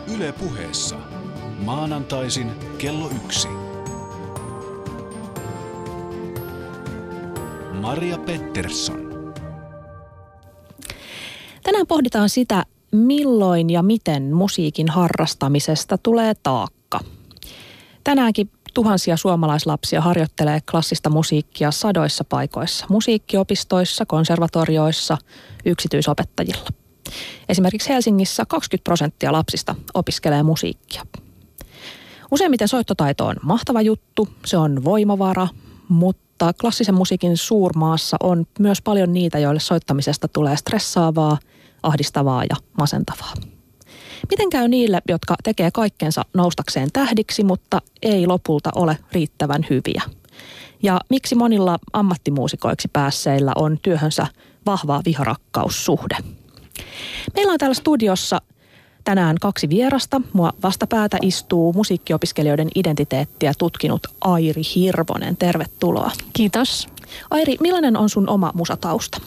Yle Puheessa. Maanantaisin kello 1. Maria Pettersson. Tänään pohditaan sitä, milloin ja miten musiikin harrastamisesta tulee taakka. Tänäänkin tuhansia suomalaislapsia harjoittelee klassista musiikkia sadoissa paikoissa. Musiikkiopistoissa, konservatorioissa, yksityisopettajilla. Esimerkiksi Helsingissä 20% lapsista opiskelee musiikkia. Useimmiten soittotaito on mahtava juttu, se on voimavara, mutta klassisen musiikin suurmaassa on myös paljon niitä, joille soittamisesta tulee stressaavaa, ahdistavaa ja masentavaa. Miten käy niille, jotka tekee kaikkensa noustakseen tähdiksi, mutta ei lopulta ole riittävän hyviä? Ja miksi monilla ammattimuusikoiksi päässeillä on työhönsä vahva viharakkaussuhde? Meillä on täällä studiossa tänään 2 vierasta. Mua vastapäätä istuu musiikkiopiskelijoiden identiteettiä tutkinut Airi Hirvonen. Tervetuloa. Kiitos. Airi, millainen on sun oma musatausta?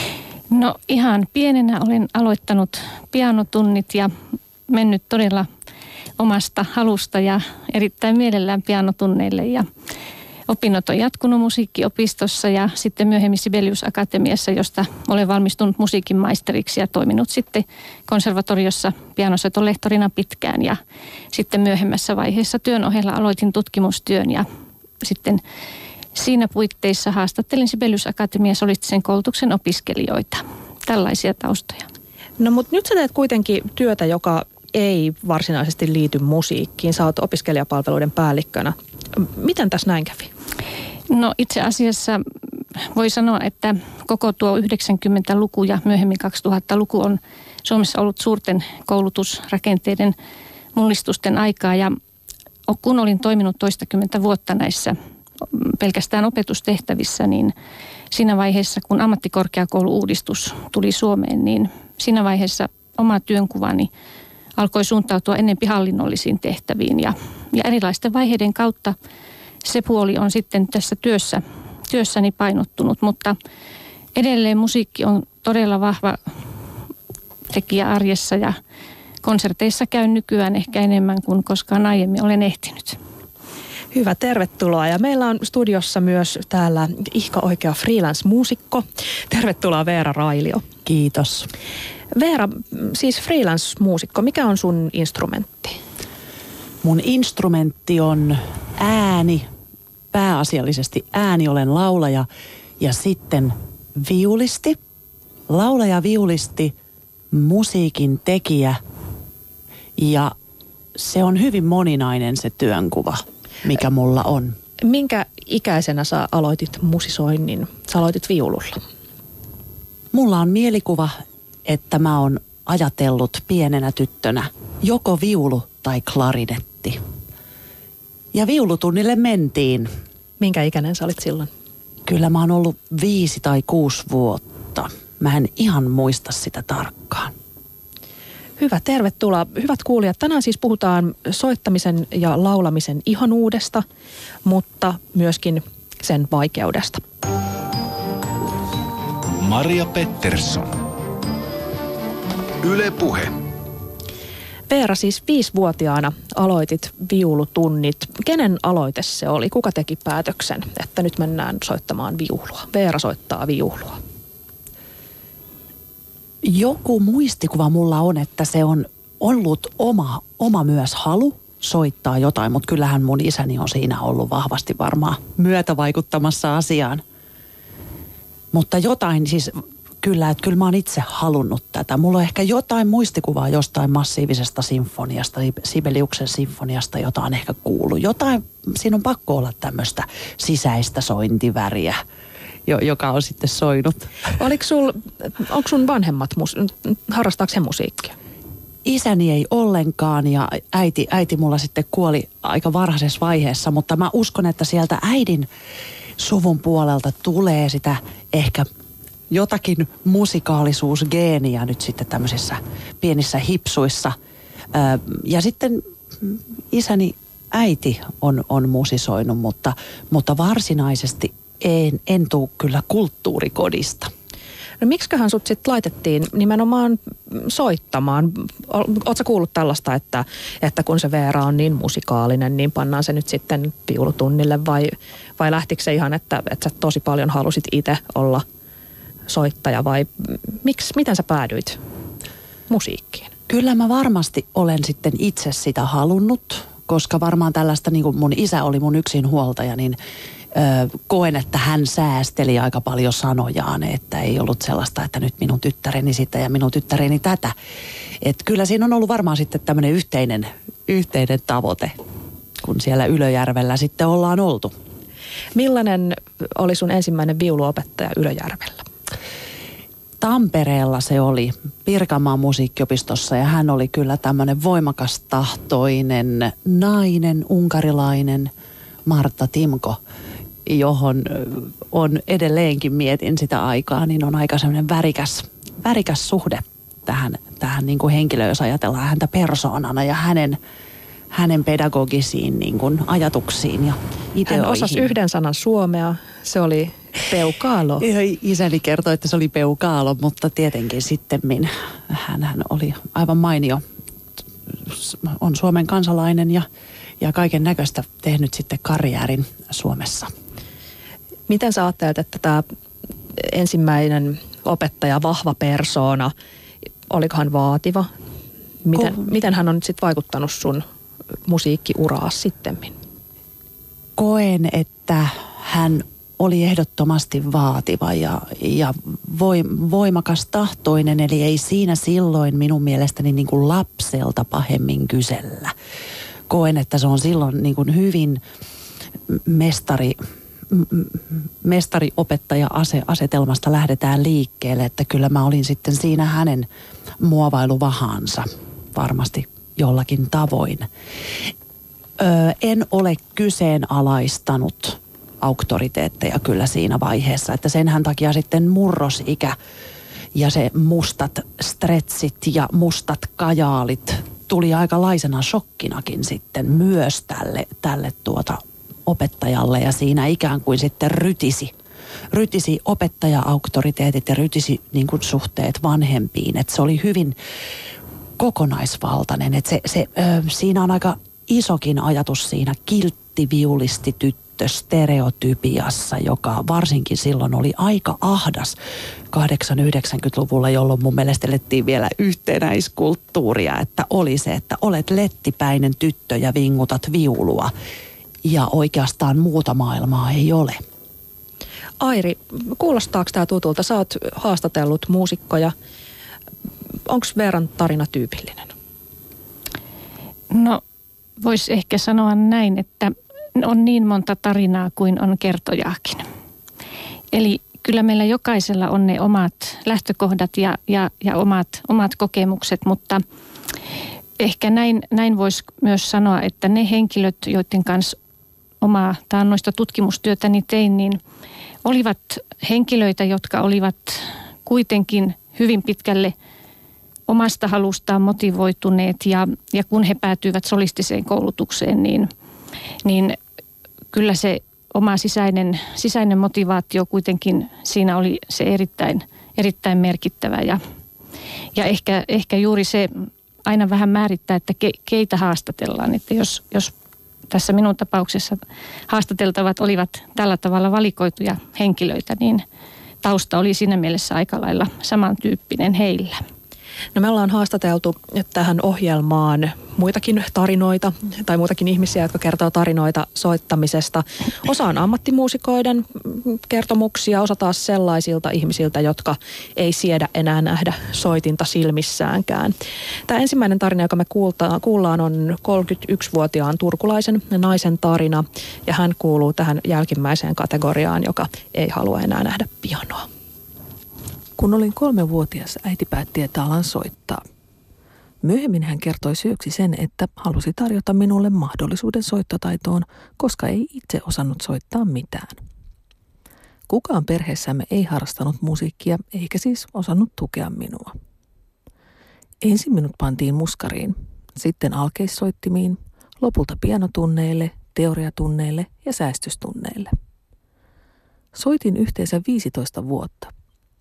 No ihan pienenä olen aloittanut pianotunnit ja mennyt todella omasta halusta ja erittäin mielellään pianotunneille. Ja opinnot on jatkunut musiikkiopistossa ja sitten myöhemmin Sibelius Akatemiassa, josta olen valmistunut musiikin maisteriksi ja toiminut sitten konservatoriossa pianosoiton lehtorina pitkään. Ja sitten myöhemmässä vaiheessa työn ohella aloitin tutkimustyön ja sitten siinä puitteissa haastattelin Sibelius Akatemian solistisen koulutuksen opiskelijoita. Tällaisia taustoja. No mutta nyt sä teet kuitenkin työtä, joka ei varsinaisesti liity musiikkiin. Sä oot opiskelijapalveluiden päällikkönä. Miten tässä näin kävi? No itse asiassa voi sanoa, että koko tuo 90-luku ja myöhemmin 2000-luku on Suomessa ollut suurten koulutusrakenteiden mullistusten aikaa. Ja kun olin toiminut toistakymmentä vuotta näissä pelkästään opetustehtävissä, niin siinä vaiheessa, kun ammattikorkeakoulu-uudistus tuli Suomeen, niin siinä vaiheessa oma työnkuvani alkoi suuntautua enempi hallinnollisiin tehtäviin ja erilaisten vaiheiden kautta se puoli on sitten tässä työssäni painottunut, mutta edelleen musiikki on todella vahva tekijä arjessa ja konserteissa käyn nykyään ehkä enemmän kuin koskaan aiemmin olen ehtinyt. Hyvä, tervetuloa. Ja meillä on studiossa myös täällä ihka oikea freelance-muusikko. Tervetuloa Veera Railio. Kiitos. Veera, siis freelance-muusikko, mikä on sun instrumentti? Mun instrumentti on ääni, pääasiallisesti ääni, olen laulaja ja sitten viulisti. Laulaja, viulisti, musiikin tekijä ja se on hyvin moninainen se työnkuva, mikä mulla on. Minkä ikäisenä sä aloitit musisoinnin? Sä aloitit viululla. Mulla on mielikuva, että mä oon ajatellut pienenä tyttönä joko viulu tai klarinetti. Ja viulutunnille mentiin. Minkä ikäinen sä olit silloin? Kyllä mä oon ollut 5 tai 6 vuotta. Mä en ihan muista sitä tarkkaan. Hyvä, tervetuloa. Hyvät kuulijat, tänään siis puhutaan soittamisen ja laulamisen ihanuudesta, mutta myöskin sen vaikeudesta. Maria Pettersson. Yle Puhe. Veera, siis 5-vuotiaana aloitit viulutunnit. Kenen aloite se oli? Kuka teki päätöksen, että nyt mennään soittamaan viulua? Veera soittaa viulua. Joku muistikuva mulla on, että se on ollut oma myös halu soittaa jotain, mutta kyllähän mun isäni on siinä ollut vahvasti varmaan myötävaikuttamassa asiaan. Mutta jotain siis kyllä mä oon itse halunnut tätä. Mulla on ehkä jotain muistikuvaa jostain massiivisesta sinfoniasta, Sibeliuksen sinfoniasta, jota on ehkä kuullut. Jotain, siinä on pakko olla tämmöistä sisäistä sointiväriä, joka on sitten soinut. Onko sun vanhemmat, harrastaako he musiikkia? Isäni ei ollenkaan ja äiti mulla sitten kuoli aika varhaisessa vaiheessa, mutta mä uskon, että sieltä äidin suvun puolelta tulee sitä ehkä jotakin musikaalisuusgeeniä nyt sitten tämmöisissä pienissä hipsuissa. Ja sitten isäni äiti on musisoinut, mutta varsinaisesti en tule kyllä kulttuurikodista. No miksiköhän sut sitten laitettiin nimenomaan soittamaan? Ootko kuullut tällaista, että kun se Veera on niin musikaalinen, niin pannaan se nyt sitten viulutunnille vai lähtikö se ihan, että sä tosi paljon halusit itse olla soittaja vai miten sä päädyit musiikkiin? Kyllä mä varmasti olen sitten itse sitä halunnut, koska varmaan tällaista, niin kuin mun isä oli mun yksinhuoltaja, niin koen, että hän säästeli aika paljon sanojaan, että ei ollut sellaista, että nyt minun tyttäreni sitä ja minun tyttäreni tätä. Että kyllä siinä on ollut varmaan sitten tämmöinen yhteinen tavoite, kun siellä Ylöjärvellä sitten ollaan oltu. Millainen oli sun ensimmäinen viuluopettaja Ylöjärvellä? Tampereella se oli Pirkanmaan musiikkiopistossa ja hän oli kyllä tämmöinen voimakas tahtoinen nainen, unkarilainen Martta Timko, johon on edelleenkin mietin sitä aikaa, niin on aika semmoinen värikäs suhde tähän niin kuin henkilöön, jos ajatellaan häntä persoonana ja hänen pedagogisiin niin kuin ajatuksiin ja ideoihin. Hän osasi yhden sanan suomea, se oli peukaalo. Isäni kertoi, että se oli peukaalo, mutta tietenkin sittemmin hän oli aivan mainio, on Suomen kansalainen ja kaiken näköistä tehnyt sitten karjäärin Suomessa. Miten sä ajattelet, että tämä ensimmäinen opettaja, vahva persoona, oliko hän vaativa? Miten hän on nyt sitten vaikuttanut sun musiikkiuraa sittemmin? Koen, että hän oli ehdottomasti vaativa ja voimakas tahtoinen, eli ei siinä silloin minun mielestäni niin kuin lapselta pahemmin kysellä. Koen, että se on silloin niin kuin hyvin mestariopettaja-asetelmasta lähdetään liikkeelle, että kyllä mä olin sitten siinä hänen muovailuvahansa varmasti jollakin tavoin. En ole kyseenalaistanut auktoriteetteja kyllä siinä vaiheessa, että senhän takia sitten murrosikä ja se mustat stretsit ja mustat kajaalit tuli aikalaisena shokkinakin sitten myös tälle opettajalle ja siinä ikään kuin sitten rytisi opettaja-auktoriteetit ja rytisi niin kuin suhteet vanhempiin, että se oli hyvin kokonaisvaltainen, että siinä on aika isokin ajatus siinä kilttiviulistityttö-stereotypiassa, joka varsinkin silloin oli aika ahdas 80-90-luvulla, jolloin mun mielestä elettiin vielä yhtenäiskulttuuria, että oli se, että olet lettipäinen tyttö ja vingutat viulua ja oikeastaan muuta maailmaa ei ole. Airi, kuulostaako tämä tutulta? Sä oot haastatellut muusikkoja. Onko Veeran tarina tyypillinen? No, voisi ehkä sanoa näin, että on niin monta tarinaa kuin on kertojaakin. Eli kyllä meillä jokaisella on ne omat lähtökohdat ja omat kokemukset, mutta ehkä näin voisi myös sanoa, että ne henkilöt, joiden kanssa omaa taannoista tutkimustyötäni tein, niin olivat henkilöitä, jotka olivat kuitenkin hyvin pitkälle omasta halustaan motivoituneet ja kun he päätyivät solistiseen koulutukseen, niin kyllä se oma sisäinen motivaatio kuitenkin siinä oli se erittäin merkittävä ja ehkä juuri se aina vähän määrittää, että keitä haastatellaan, että jos tässä minun tapauksessa haastateltavat olivat tällä tavalla valikoituja henkilöitä, niin tausta oli siinä mielessä aika lailla samantyyppinen heillä. No me ollaan haastateltu tähän ohjelmaan muitakin tarinoita tai muitakin ihmisiä, jotka kertoo tarinoita soittamisesta. Osa on ammattimuusikoiden kertomuksia, osa taas sellaisilta ihmisiltä, jotka ei siedä enää nähdä soitinta silmissäänkään. Tämä ensimmäinen tarina, joka me kuullaan, on 31-vuotiaan turkulaisen naisen tarina ja hän kuuluu tähän jälkimmäiseen kategoriaan, joka ei halua enää nähdä pianoa. Kun olin 3-vuotias, äiti päätti, että alan soittaa. Myöhemmin hän kertoi syöksi sen, että halusi tarjota minulle mahdollisuuden soittotaitoon, koska ei itse osannut soittaa mitään. Kukaan perheessämme ei harrastanut musiikkia, eikä siis osannut tukea minua. Ensin minut pantiin muskariin, sitten alkeissoittimiin, lopulta pianotunneille, teoriatunneille ja säästystunneille. Soitin yhteensä 15 vuotta.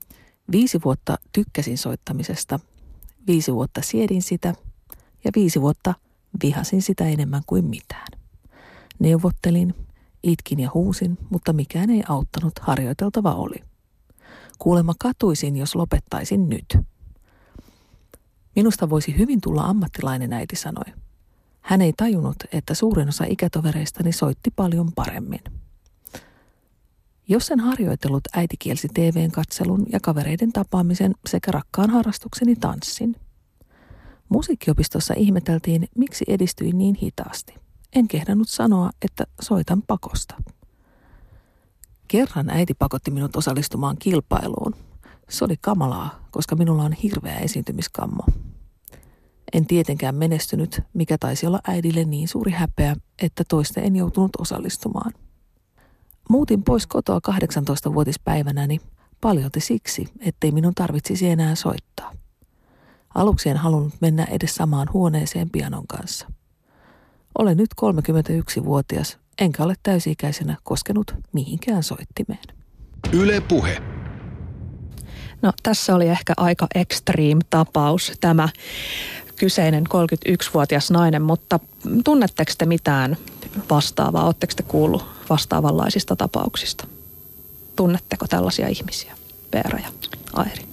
5 vuotta tykkäsin soittamisesta, 5 vuotta siedin sitä ja 5 vuotta vihasin sitä enemmän kuin mitään. Neuvottelin, itkin ja huusin, mutta mikään ei auttanut, harjoiteltava oli. Kuulemma katuisin, jos lopettaisin nyt. Minusta voisi hyvin tulla ammattilainen, äiti sanoi. Hän ei tajunnut, että suurin osa ikätovereistani soitti paljon paremmin. Jos en harjoitellut, äiti kielsi TV:n katselun ja kavereiden tapaamisen sekä rakkaan harrastukseni tanssin. Musiikkiopistossa ihmeteltiin, miksi edistyin niin hitaasti. En kehdannut sanoa, että soitan pakosta. Kerran äiti pakotti minut osallistumaan kilpailuun. Se oli kamalaa, koska minulla on hirveä esiintymiskammo. En tietenkään menestynyt, mikä taisi olla äidille niin suuri häpeä, että toista en joutunut osallistumaan. Muutin pois kotoa 18-vuotispäivänäni paljolti siksi, ettei minun tarvitsisi enää soittaa. Aluksi en halunnut mennä edes samaan huoneeseen pianon kanssa. Olen nyt 31-vuotias, enkä ole täysi-ikäisenä koskenut mihinkään soittimeen. Yle Puhe. No tässä oli ehkä aika extreme tapaus tämä kyseinen 31-vuotias nainen, mutta tunnetteko te mitään vastaavaa? Oletteko te kuullut vastaavanlaisista tapauksista? Tunnetteko tällaisia ihmisiä, Veera ja Airi?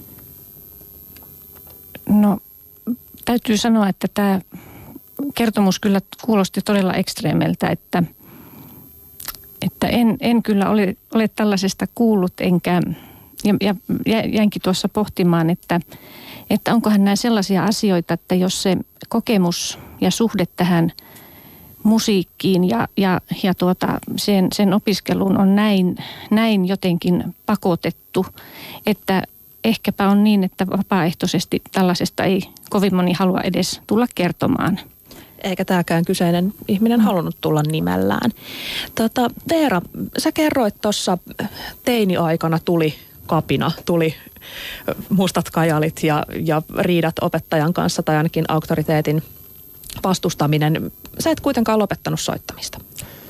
No täytyy sanoa, että tämä kertomus kyllä kuulosti todella ekstreemeltä, että en kyllä ole tällaisesta kuullut enkä ja jäinkin tuossa pohtimaan, että onkohan nämä sellaisia asioita, että jos se kokemus ja suhde tähän musiikkiin ja sen opiskeluun on näin jotenkin pakotettu, että ehkäpä on niin, että vapaaehtoisesti tällaisesta ei kovin moni halua edes tulla kertomaan. Eikä tämäkään kyseinen ihminen halunnut tulla nimellään. Veera, sä kerroit tuossa teini-aikana tuli kapina, tuli mustat kajalit ja riidat opettajan kanssa tai ainakin auktoriteetin vastustaminen. Sä et kuitenkaan lopettanut soittamista.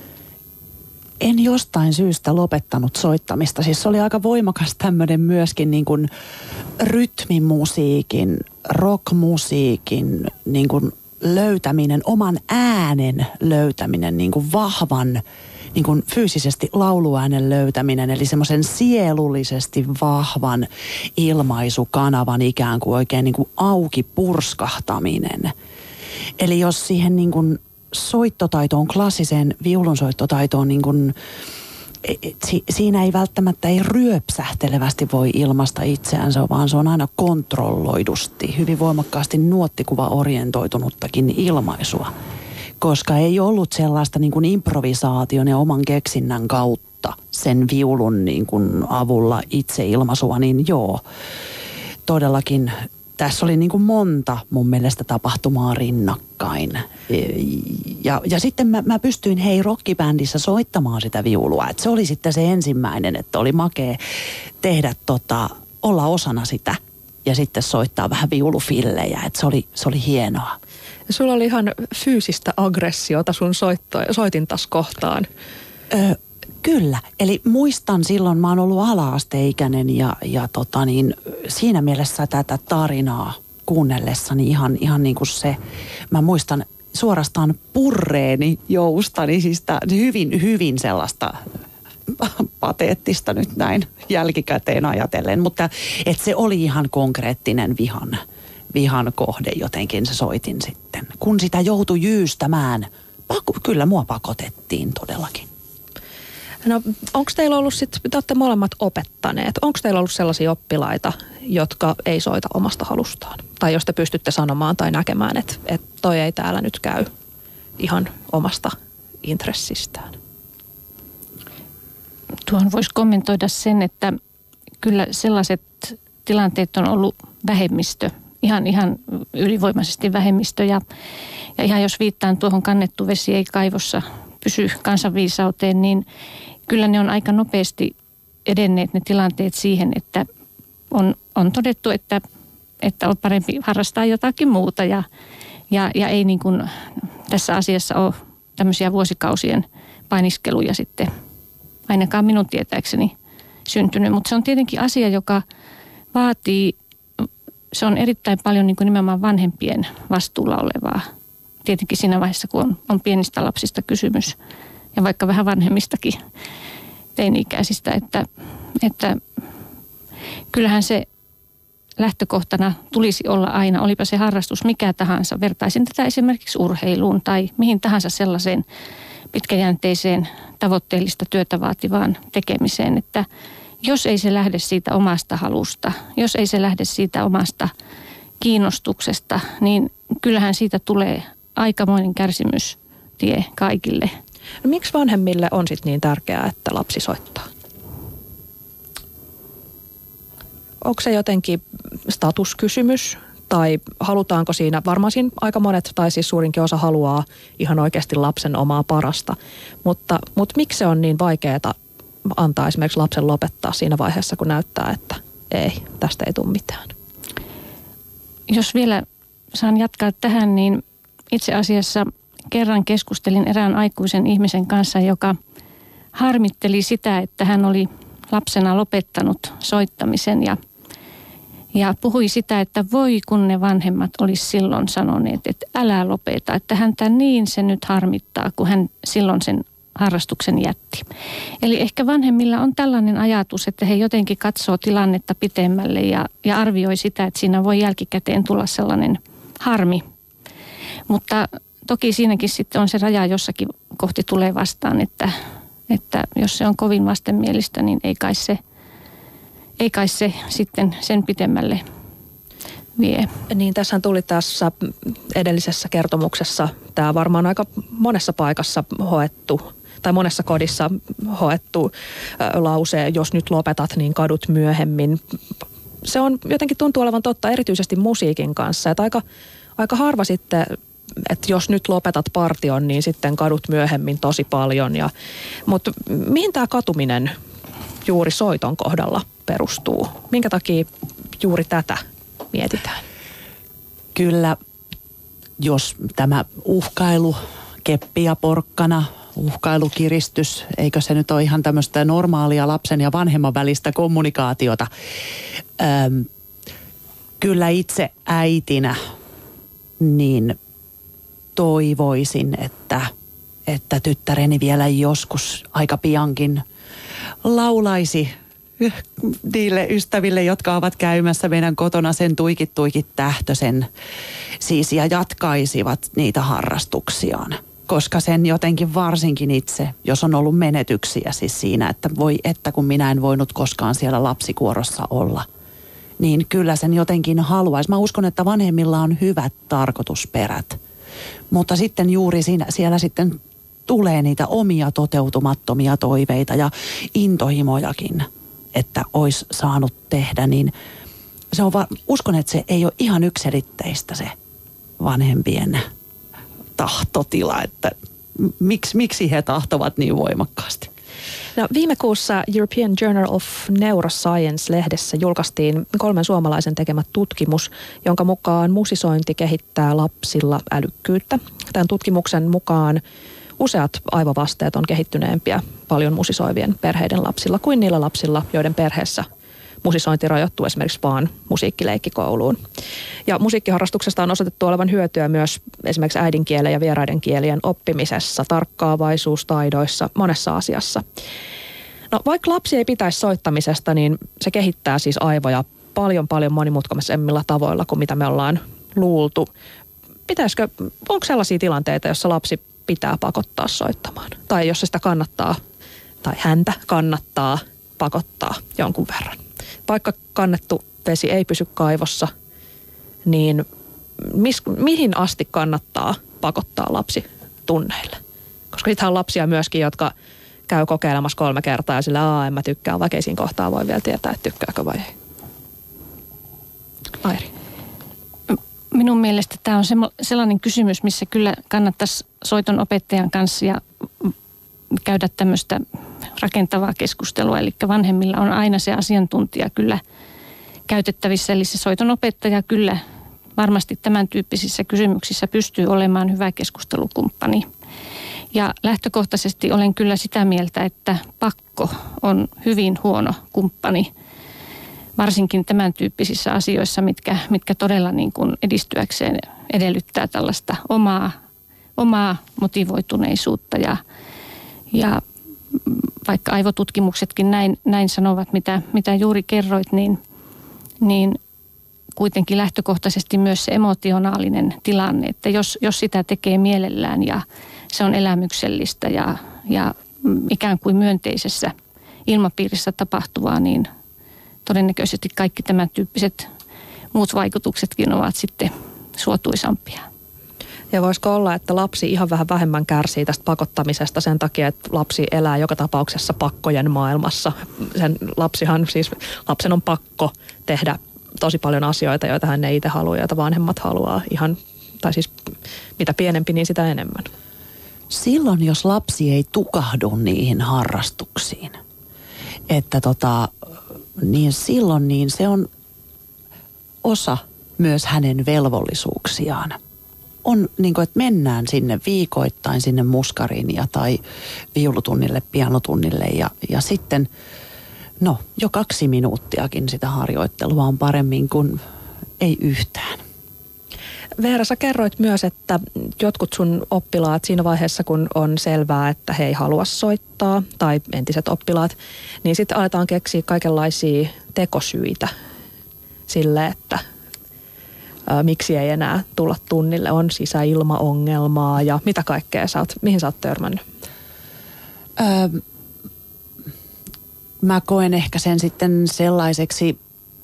En jostain syystä lopettanut soittamista. Siis se oli aika voimakas tämmöinen myöskin niin kuin rytmimusiikin, rockmusiikin niin kuin löytäminen, oman äänen löytäminen, niin kuin vahvan, niin kuin fyysisesti lauluäänen löytäminen, eli semmoisen sielullisesti vahvan ilmaisukanavan ikään kuin oikein niin kuin auki purskahtaminen. Eli jos siihen niin kuin soittotaitoon, klassiseen viulunsoittotaitoon, niin kuin, siinä ei välttämättä ryöpsähtelevästi voi ilmaista itseänsä, vaan se on aina kontrolloidusti, hyvin voimakkaasti nuottikuva-orientoitunuttakin ilmaisua. Koska ei ollut sellaista niin kuin improvisaation ja oman keksinnän kautta sen viulun niin kuin avulla itseilmaisua, niin joo, todellakin tässä oli niin kuin monta mun mielestä tapahtumaa rinnakkain. Ja sitten mä pystyin rockibändissä soittamaan sitä viulua. Et se oli sitten se ensimmäinen, että oli makea tehdä olla osana sitä ja sitten soittaa vähän viulufillejä. Et se oli hienoa. Ja sulla oli ihan fyysistä aggressiota sun soitintas kohtaan. Kyllä. Eli muistan silloin, mä oon ollut ala-asteikäinen ja siinä mielessä tätä tarinaa kuunnellessani ihan niin kuin se, mä muistan suorastaan purreeni joustani, siis hyvin, hyvin sellaista pateettista nyt näin jälkikäteen ajatellen, mutta että se oli ihan konkreettinen vihan kohde jotenkin se soitin sitten. Kun sitä joutui jyystämään, kyllä mua pakotettiin todellakin. No onko teillä ollut sitten, te olette molemmat opettaneet, onko teillä ollut sellaisia oppilaita, jotka ei soita omasta halustaan? Tai jos te pystytte sanomaan tai näkemään, että toi ei täällä nyt käy ihan omasta intressistään? Tuohon voisi kommentoida sen, että kyllä sellaiset tilanteet on ollut vähemmistö, ihan ylivoimaisesti vähemmistö. Ja ihan jos viittaan tuohon kannettu vesi ei kaivossa pysy kansanviisauteen, niin kyllä ne on aika nopeasti edenneet ne tilanteet siihen, että on todettu, että on parempi harrastaa jotakin muuta ja ei niin kuin tässä asiassa ole tämmöisiä vuosikausien painiskeluja sitten ainakaan minun tietääkseni syntynyt. Mutta se on tietenkin asia, joka se on erittäin paljon niin kuin nimenomaan vanhempien vastuulla olevaa. Tietenkin siinä vaiheessa, kun on pienistä lapsista kysymys ja vaikka vähän vanhemmistakin teini-ikäisistä, että kyllähän se lähtökohtana tulisi olla aina, olipa se harrastus mikä tahansa. Vertaisin tätä esimerkiksi urheiluun tai mihin tahansa sellaiseen pitkäjänteiseen tavoitteellista työtä vaativaan tekemiseen, että jos ei se lähde siitä omasta halusta, jos ei se lähde siitä omasta kiinnostuksesta, niin kyllähän siitä tulee aikamoinen kärsimystie kaikille. No, miksi vanhemmille on sitten niin tärkeää, että lapsi soittaa? Onko se jotenkin statuskysymys tai halutaanko siinä, varmaan siinä aika monet tai siis suurinkin osa haluaa ihan oikeasti lapsen omaa parasta, mutta miksi se on niin vaikeaa antaa esimerkiksi lapsen lopettaa siinä vaiheessa, kun näyttää, että ei, tästä ei tule mitään? Jos vielä saan jatkaa tähän, niin itse asiassa kerran keskustelin erään aikuisen ihmisen kanssa, joka harmitteli sitä, että hän oli lapsena lopettanut soittamisen ja puhui sitä, että voi kun ne vanhemmat olisi silloin sanoneet, että älä lopeta, että häntä niin se nyt harmittaa, kun hän silloin sen harrastuksen jätti. Eli ehkä vanhemmilla on tällainen ajatus, että he jotenkin katsoo tilannetta pitemmälle ja arvioi sitä, että siinä voi jälkikäteen tulla sellainen harmi. Mutta toki siinäkin sitten on se raja jossakin kohti tulee vastaan, että jos se on kovin vastenmielistä, niin ei kai se sitten sen pitemmälle vie. Niin, tässä tuli tässä edellisessä kertomuksessa tämä varmaan aika monessa paikassa hoettu tai monessa kodissa hoettu lause, jos nyt lopetat, niin kadut myöhemmin. Se on jotenkin tuntuu olevan totta erityisesti musiikin kanssa, että aika harva sitten, että jos nyt lopetat partion, niin sitten kadut myöhemmin tosi paljon. Mutta mihin tämä katuminen juuri soiton kohdalla perustuu? Minkä takia juuri tätä mietitään? Kyllä, jos tämä uhkailu, keppi ja porkkana, uhkailukiristys, eikö se nyt ole ihan tämmöistä normaalia lapsen ja vanhemman välistä kommunikaatiota? Kyllä itse äitinä niin toivoisin, että tyttäreni vielä joskus aika piankin laulaisi niille ystäville, jotka ovat käymässä meidän kotona sen tuikit tähtösen siis ja jatkaisivat niitä harrastuksiaan. Koska sen jotenkin varsinkin itse, jos on ollut menetyksiä siis siinä, että voi että kun minä en voinut koskaan siellä lapsikuorossa olla, niin kyllä sen jotenkin haluaisi. Mä uskon, että vanhemmilla on hyvät tarkoitusperät, mutta sitten juuri siellä sitten tulee niitä omia toteutumattomia toiveita ja intohimojakin, että olisi saanut tehdä, niin se on uskon, että se ei ole ihan yksiselitteistä se vanhempien tahtotila, että miksi he tahtovat niin voimakkaasti. No, viime kuussa European Journal of Neuroscience-lehdessä julkaistiin 3 suomalaisen tekemä tutkimus, jonka mukaan musisointi kehittää lapsilla älykkyyttä. Tämän tutkimuksen mukaan useat aivovasteet on kehittyneempiä paljon musisoivien perheiden lapsilla kuin niillä lapsilla, joiden perheessä musisointi rajoittuu esimerkiksi vaan musiikkileikkikouluun. Ja musiikkiharrastuksesta on osoitettu olevan hyötyä myös esimerkiksi äidinkielen ja vieraiden kielien oppimisessa, tarkkaavaisuustaidoissa, monessa asiassa. No, vaikka lapsi ei pitäisi soittamisesta, niin se kehittää siis aivoja paljon monimutkaisemmilla tavoilla kuin mitä me ollaan luultu. Onko sellaisia tilanteita, jossa lapsi pitää pakottaa soittamaan? Tai jos se sitä kannattaa, tai häntä kannattaa pakottaa jonkun verran? Vaikka kannettu vesi ei pysy kaivossa, niin mihin asti kannattaa pakottaa lapsi tunneille? Koska sittenhän on lapsia myöskin, jotka käy kokeilemassa 3 kertaa ja sillä en mä tykkää, vaikka ei siinä kohtaa voi vielä tietää, että tykkääkö vai ei. Airi. Minun mielestä tämä on sellainen kysymys, missä kyllä kannattaisi soiton opettajan kanssa ja käydä tämmöistä rakentavaa keskustelua. Eli vanhemmilla on aina se asiantuntija kyllä käytettävissä. Eli se soiton opettaja kyllä varmasti tämän tyyppisissä kysymyksissä pystyy olemaan hyvä keskustelukumppani. Ja lähtökohtaisesti olen kyllä sitä mieltä, että pakko on hyvin huono kumppani varsinkin tämän tyyppisissä asioissa, mitkä todella niin kuin edistyäkseen edellyttää tällaista omaa motivoituneisuutta ja vaikka aivotutkimuksetkin näin sanovat, mitä juuri kerroit, niin kuitenkin lähtökohtaisesti myös se emotionaalinen tilanne, että jos sitä tekee mielellään ja se on elämyksellistä ja ikään kuin myönteisessä ilmapiirissä tapahtuvaa, niin todennäköisesti kaikki tämän tyyppiset muut vaikutuksetkin ovat sitten suotuisampia. Ja voisiko olla, että lapsi ihan vähän vähemmän kärsii tästä pakottamisesta sen takia, että lapsi elää joka tapauksessa pakkojen maailmassa. Lapsen on pakko tehdä tosi paljon asioita, joita hän ei itse halua, joita vanhemmat haluaa tai siis mitä pienempi, niin sitä enemmän. Silloin, jos lapsi ei tukahdu niihin harrastuksiin, että niin silloin niin se on osa myös hänen velvollisuuksiaan. On niin kuin, että mennään sinne viikoittain sinne muskariin tai viulutunnille, pianotunnille ja sitten jo 2 minuuttiakin sitä harjoittelua on paremmin kuin ei yhtään. Veera, sä kerroit myös, että jotkut sun oppilaat siinä vaiheessa, kun on selvää, että he ei halua soittaa, tai entiset oppilaat, niin sitten aletaan keksiä kaikenlaisia tekosyitä sille, että miksi ei enää tulla tunnille, on sisäilmaongelmaa ja mitä kaikkea mihin sä oot törmännyt? Mä koen ehkä sen sitten sellaiseksi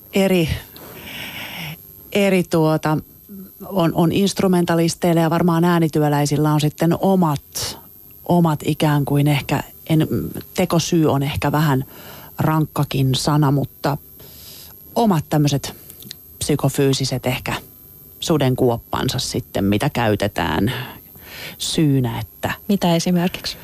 on instrumentalisteilla ja varmaan äänityöläisillä on sitten omat ikään kuin ehkä, tekosyy on ehkä vähän rankkakin sana, mutta omat tämmöiset psykofyysiset ehkä sudenkuoppansa sitten, mitä käytetään syynä, että... Mitä esimerkiksi?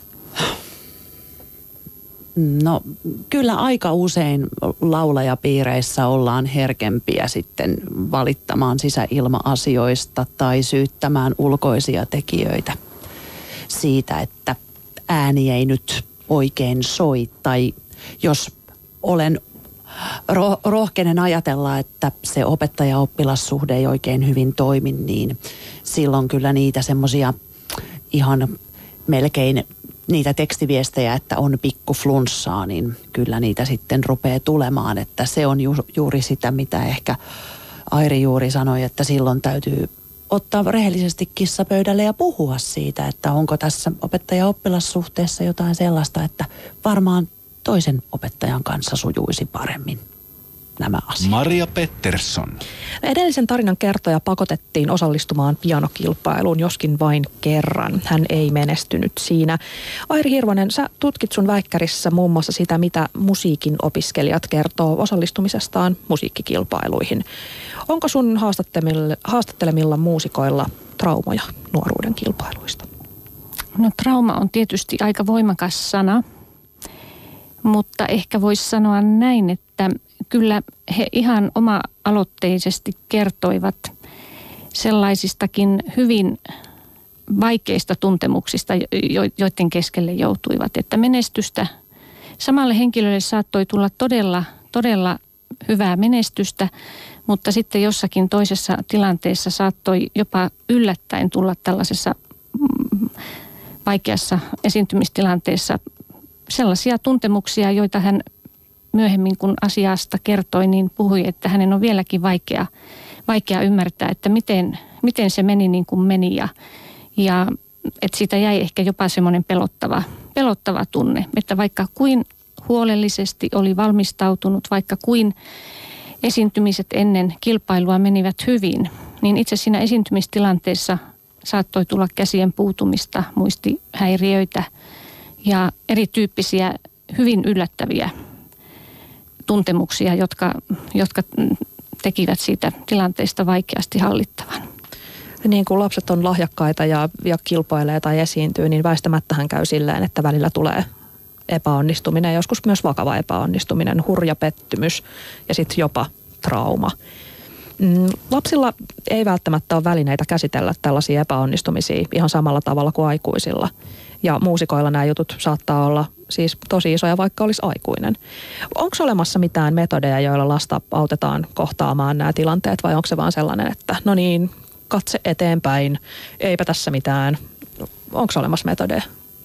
No kyllä aika usein laulajapiireissä ollaan herkempiä sitten valittamaan sisäilma-asioista tai syyttämään ulkoisia tekijöitä siitä, että ääni ei nyt oikein soi. Tai jos olen rohkeinen ajatella, että se opettaja-oppilassuhde ei oikein hyvin toimi, niin silloin kyllä niitä semmoisia ihan melkein niitä tekstiviestejä, että on pikku flunssaa, niin kyllä niitä sitten rupeaa tulemaan. Että se on juuri sitä, mitä ehkä Airi juuri sanoi, että silloin täytyy ottaa rehellisesti kissa pöydälle ja puhua siitä, että onko tässä opettaja-oppilassuhteessa jotain sellaista, että varmaan toisen opettajan kanssa sujuisi paremmin nämä asiat. Maria Pettersson. Edellisen tarinan kertoja pakotettiin osallistumaan pianokilpailuun, joskin vain kerran. Hän ei menestynyt siinä. Airi Hirvonen, sä tutkit sun väikkärissä muun muassa sitä, mitä musiikin opiskelijat kertoo osallistumisestaan musiikkikilpailuihin. Onko sun haastattelemilla muusikoilla traumoja nuoruuden kilpailuista? No trauma on tietysti aika voimakas sana, mutta ehkä voisi sanoa näin, että kyllä he ihan oma-aloitteisesti kertoivat sellaisistakin hyvin vaikeista tuntemuksista, joiden keskelle joutuivat. Että menestystä samalle henkilölle saattoi tulla todella hyvää menestystä, mutta sitten jossakin toisessa tilanteessa saattoi jopa yllättäen tulla tällaisessa vaikeassa esiintymistilanteessa sellaisia tuntemuksia, joita hän myöhemmin, kun asiasta kertoi, niin puhui, että hänen on vieläkin vaikea ymmärtää, että miten se meni niin kuin meni. Ja että siitä jäi ehkä jopa semmoinen pelottava tunne, että vaikka kuin huolellisesti oli valmistautunut, vaikka kuin esiintymiset ennen kilpailua menivät hyvin, niin itse siinä esiintymistilanteessa saattoi tulla käsien puutumista, muistihäiriöitä ja erityyppisiä hyvin yllättäviä tuntemuksia, jotka tekivät siitä tilanteesta vaikeasti hallittavan. Niin kuin lapset on lahjakkaita ja kilpailee tai esiintyy, niin väistämättähän käy silleen, että välillä tulee epäonnistuminen, joskus myös vakava epäonnistuminen, hurja pettymys ja sitten jopa trauma. Lapsilla ei välttämättä ole välineitä käsitellä tällaisia epäonnistumisia ihan samalla tavalla kuin aikuisilla. Ja muusikoilla nämä jutut saattaa olla siis tosi isoja, vaikka olisi aikuinen. Onko olemassa mitään metodeja, joilla lasta autetaan kohtaamaan nämä tilanteet, vai onko se vaan sellainen, että no niin, katse eteenpäin, eipä tässä mitään. Onko olemassa metodeja?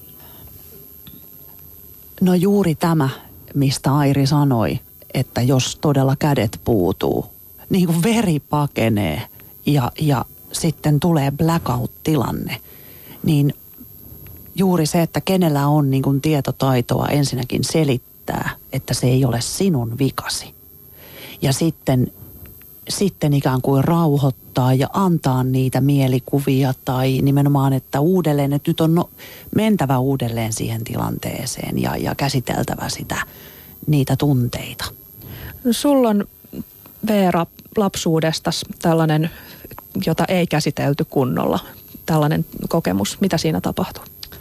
No juuri tämä, mistä Airi sanoi, että jos todella kädet puutuu, niin kuin veri pakenee ja sitten tulee blackout-tilanne, niin juuri se, että kenellä on niin kuin tietotaitoa ensinnäkin selittää, että se ei ole sinun vikasi. Ja sitten ikään kuin rauhoittaa ja antaa niitä mielikuvia tai nimenomaan, että uudelleen, että nyt on mentävä uudelleen siihen tilanteeseen ja käsiteltävä niitä tunteita. No, sulla on, Veera, lapsuudestasi tällainen, jota ei käsitelty kunnolla, tällainen kokemus. Mitä siinä tapahtui?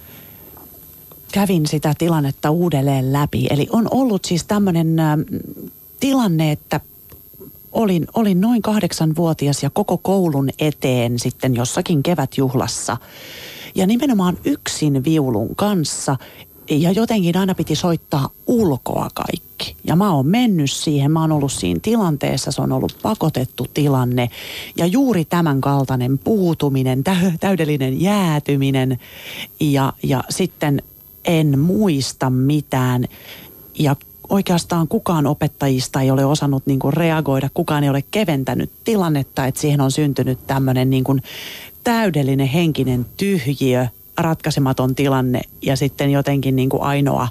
Kävin sitä tilannetta uudelleen läpi. Eli on ollut siis tämmöinen tilanne, että olin noin 8-vuotias ja koko koulun eteen sitten jossakin kevätjuhlassa. Ja nimenomaan yksin viulun kanssa ja jotenkin aina piti soittaa ulkoa kaikki. Ja mä oon mennyt siihen, mä oon ollut siinä tilanteessa, se on ollut pakotettu tilanne. Ja juuri tämän kaltainen puutuminen, täydellinen jäätyminen ja sitten en muista mitään. Ja oikeastaan kukaan opettajista ei ole osannut niin kuin reagoida, kukaan ei ole keventänyt tilannetta, että siihen on syntynyt tämmöinen niin kuin täydellinen henkinen tyhjiö, ratkaisematon tilanne ja sitten jotenkin niin kuin ainoa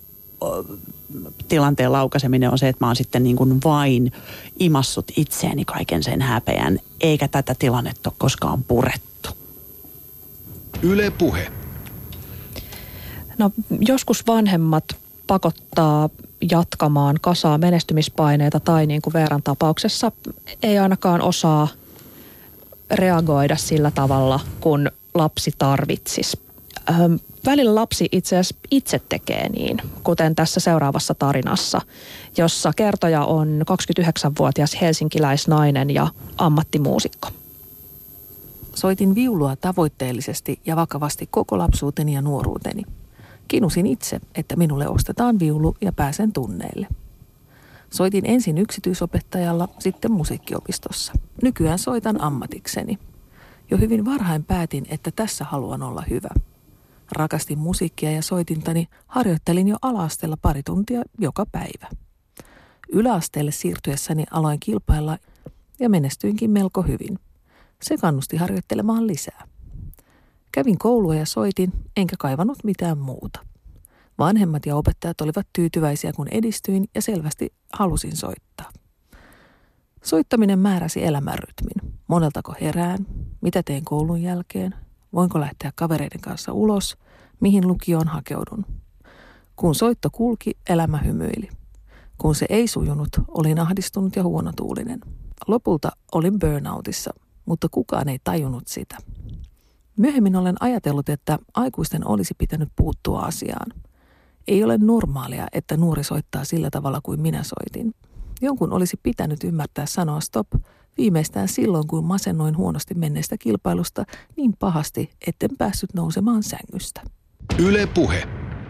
tilanteen laukaiseminen on se, että mä oon sitten niin kuin vain imassut itseäni kaiken sen häpeän, eikä tätä tilannetta ole koskaan purettu. Yle Puhe. No, joskus vanhemmat pakottaa jatkamaan kasaa menestymispaineita tai niin kuin Veeran tapauksessa ei ainakaan osaa reagoida sillä tavalla, kun lapsi tarvitsisi. Välillä lapsi itse asiassa itse tekee niin, kuten tässä seuraavassa tarinassa, jossa kertoja on 29-vuotias helsinkiläisnainen ja ammattimuusikko. Soitin viulua tavoitteellisesti ja vakavasti koko lapsuuteni ja nuoruuteni. Kinusin itse, että minulle ostetaan viulu ja pääsen tunneille. Soitin ensin yksityisopettajalla, sitten musiikkiopistossa. Nykyään soitan ammatikseni. Jo hyvin varhain päätin, että tässä haluan olla hyvä. Rakastin musiikkia ja soitintani, harjoittelin jo ala-asteella 2 tuntia joka päivä. Yläasteelle siirtyessäni aloin kilpailla ja menestyinkin melko hyvin. Se kannusti harjoittelemaan lisää. Kävin koulua ja soitin, enkä kaivannut mitään muuta. Vanhemmat ja opettajat olivat tyytyväisiä, kun edistyin ja selvästi halusin soittaa. Soittaminen määräsi elämän rytmin. Moneltako herään, mitä teen koulun jälkeen, voinko lähteä kavereiden kanssa ulos, mihin lukioon hakeudun. Kun soitto kulki, elämä hymyili. Kun se ei sujunut, olin ahdistunut ja huonotuulinen. Lopulta olin burnoutissa, mutta kukaan ei tajunnut sitä. Myöhemmin olen ajatellut, että aikuisten olisi pitänyt puuttua asiaan. Ei ole normaalia, että nuori soittaa sillä tavalla kuin minä soitin. Jonkun olisi pitänyt ymmärtää sanoa stop viimeistään silloin, kun masennoin huonosti menneestä kilpailusta niin pahasti, etten päässyt nousemaan sängystä. Yle Puhe.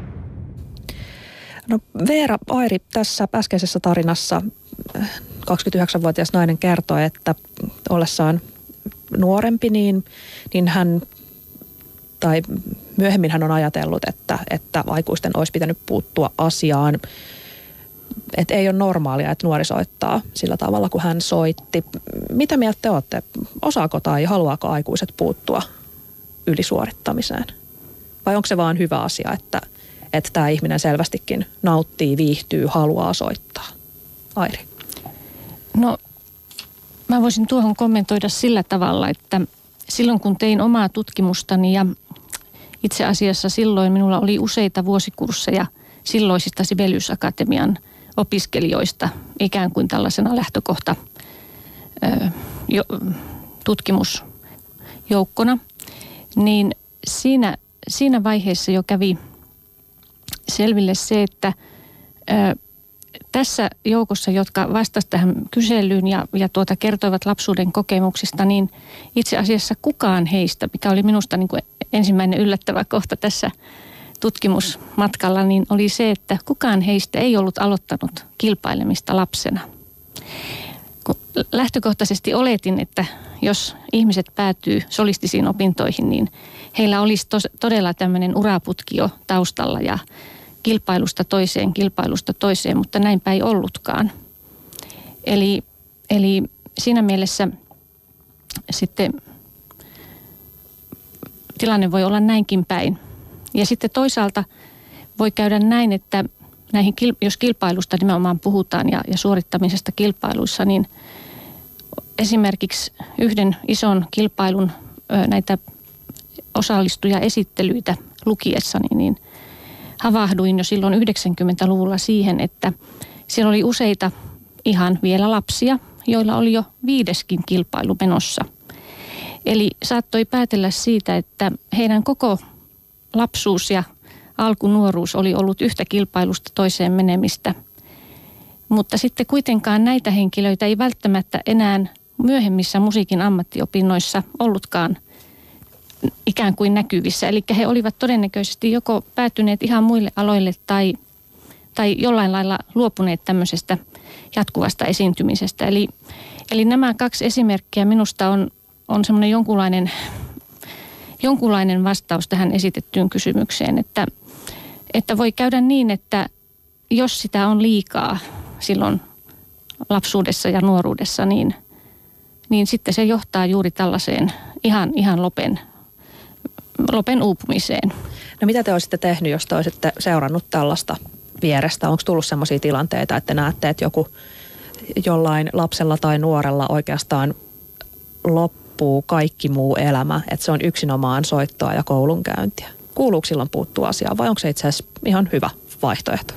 No, Veera, Airi, tässä äskeisessä tarinassa 29-vuotias nainen kertoi, että ollessaan nuorempi, niin hän, tai myöhemmin hän on ajatellut, että aikuisten olisi pitänyt puuttua asiaan. Että ei ole normaalia, että nuori soittaa sillä tavalla, kun hän soitti. Mitä mieltä te olette? Osaako tai haluaako aikuiset puuttua ylisuorittamiseen? Vai onko se vaan hyvä asia, että tämä ihminen selvästikin nauttii, viihtyy, haluaa soittaa? Airi. No, mä voisin tuohon kommentoida sillä tavalla, että silloin kun tein omaa tutkimustani ja itse asiassa silloin minulla oli useita vuosikursseja silloisista Sibelius Akatemian opiskelijoista ikään kuin tällaisena lähtökohta tutkimusjoukkona, niin siinä vaiheessa jo kävi selville se, että tässä joukossa, jotka vastasivat tähän kyselyyn ja kertoivat lapsuuden kokemuksista, niin itse asiassa kukaan heistä, mikä oli minusta niin kuin ensimmäinen yllättävä kohta tässä tutkimusmatkalla, niin oli se, että kukaan heistä ei ollut aloittanut kilpailemista lapsena. Lähtökohtaisesti oletin, että jos ihmiset päätyy solistisiin opintoihin, niin heillä olisi todella tämmöinen uraputki jo taustalla ja kilpailusta toiseen, mutta näinpä ei ollutkaan. Eli siinä mielessä sitten tilanne voi olla näinkin päin. Ja sitten toisaalta voi käydä näin, että jos kilpailusta nimenomaan puhutaan ja suorittamisesta kilpailuissa, niin esimerkiksi yhden ison kilpailun näitä osallistujaesittelyitä lukiessani, niin havahduin jo silloin 90-luvulla siihen, että siellä oli useita ihan vielä lapsia, joilla oli jo 5. kilpailu menossa. Eli saattoi päätellä siitä, että heidän koko lapsuus ja alkunuoruus oli ollut yhtä kilpailusta toiseen menemistä. Mutta sitten kuitenkaan näitä henkilöitä ei välttämättä enää myöhemmissä musiikin ammattiopinnoissa ollutkaan ikään kuin näkyvissä. Eli he olivat todennäköisesti joko päätyneet ihan muille aloille tai jollain lailla luopuneet tämmöisestä jatkuvasta esiintymisestä. Eli nämä 2 esimerkkiä minusta on semmoinen jonkunlainen vastaus tähän esitettyyn kysymykseen, että voi käydä niin, että jos sitä on liikaa silloin lapsuudessa ja nuoruudessa, niin sitten se johtaa juuri tällaiseen ihan lopen uupumiseen. No mitä te olisitte tehnyt, jos te olisitte seurannut tällaista vierestä? Onko tullut sellaisia tilanteita, että näette, että jollain lapsella tai nuorella oikeastaan loppuu kaikki muu elämä, että se on yksinomaan soittoa ja koulunkäyntiä? Kuuluuko silloin puuttua asiaan vai onko se itse asiassa ihan hyvä vaihtoehto?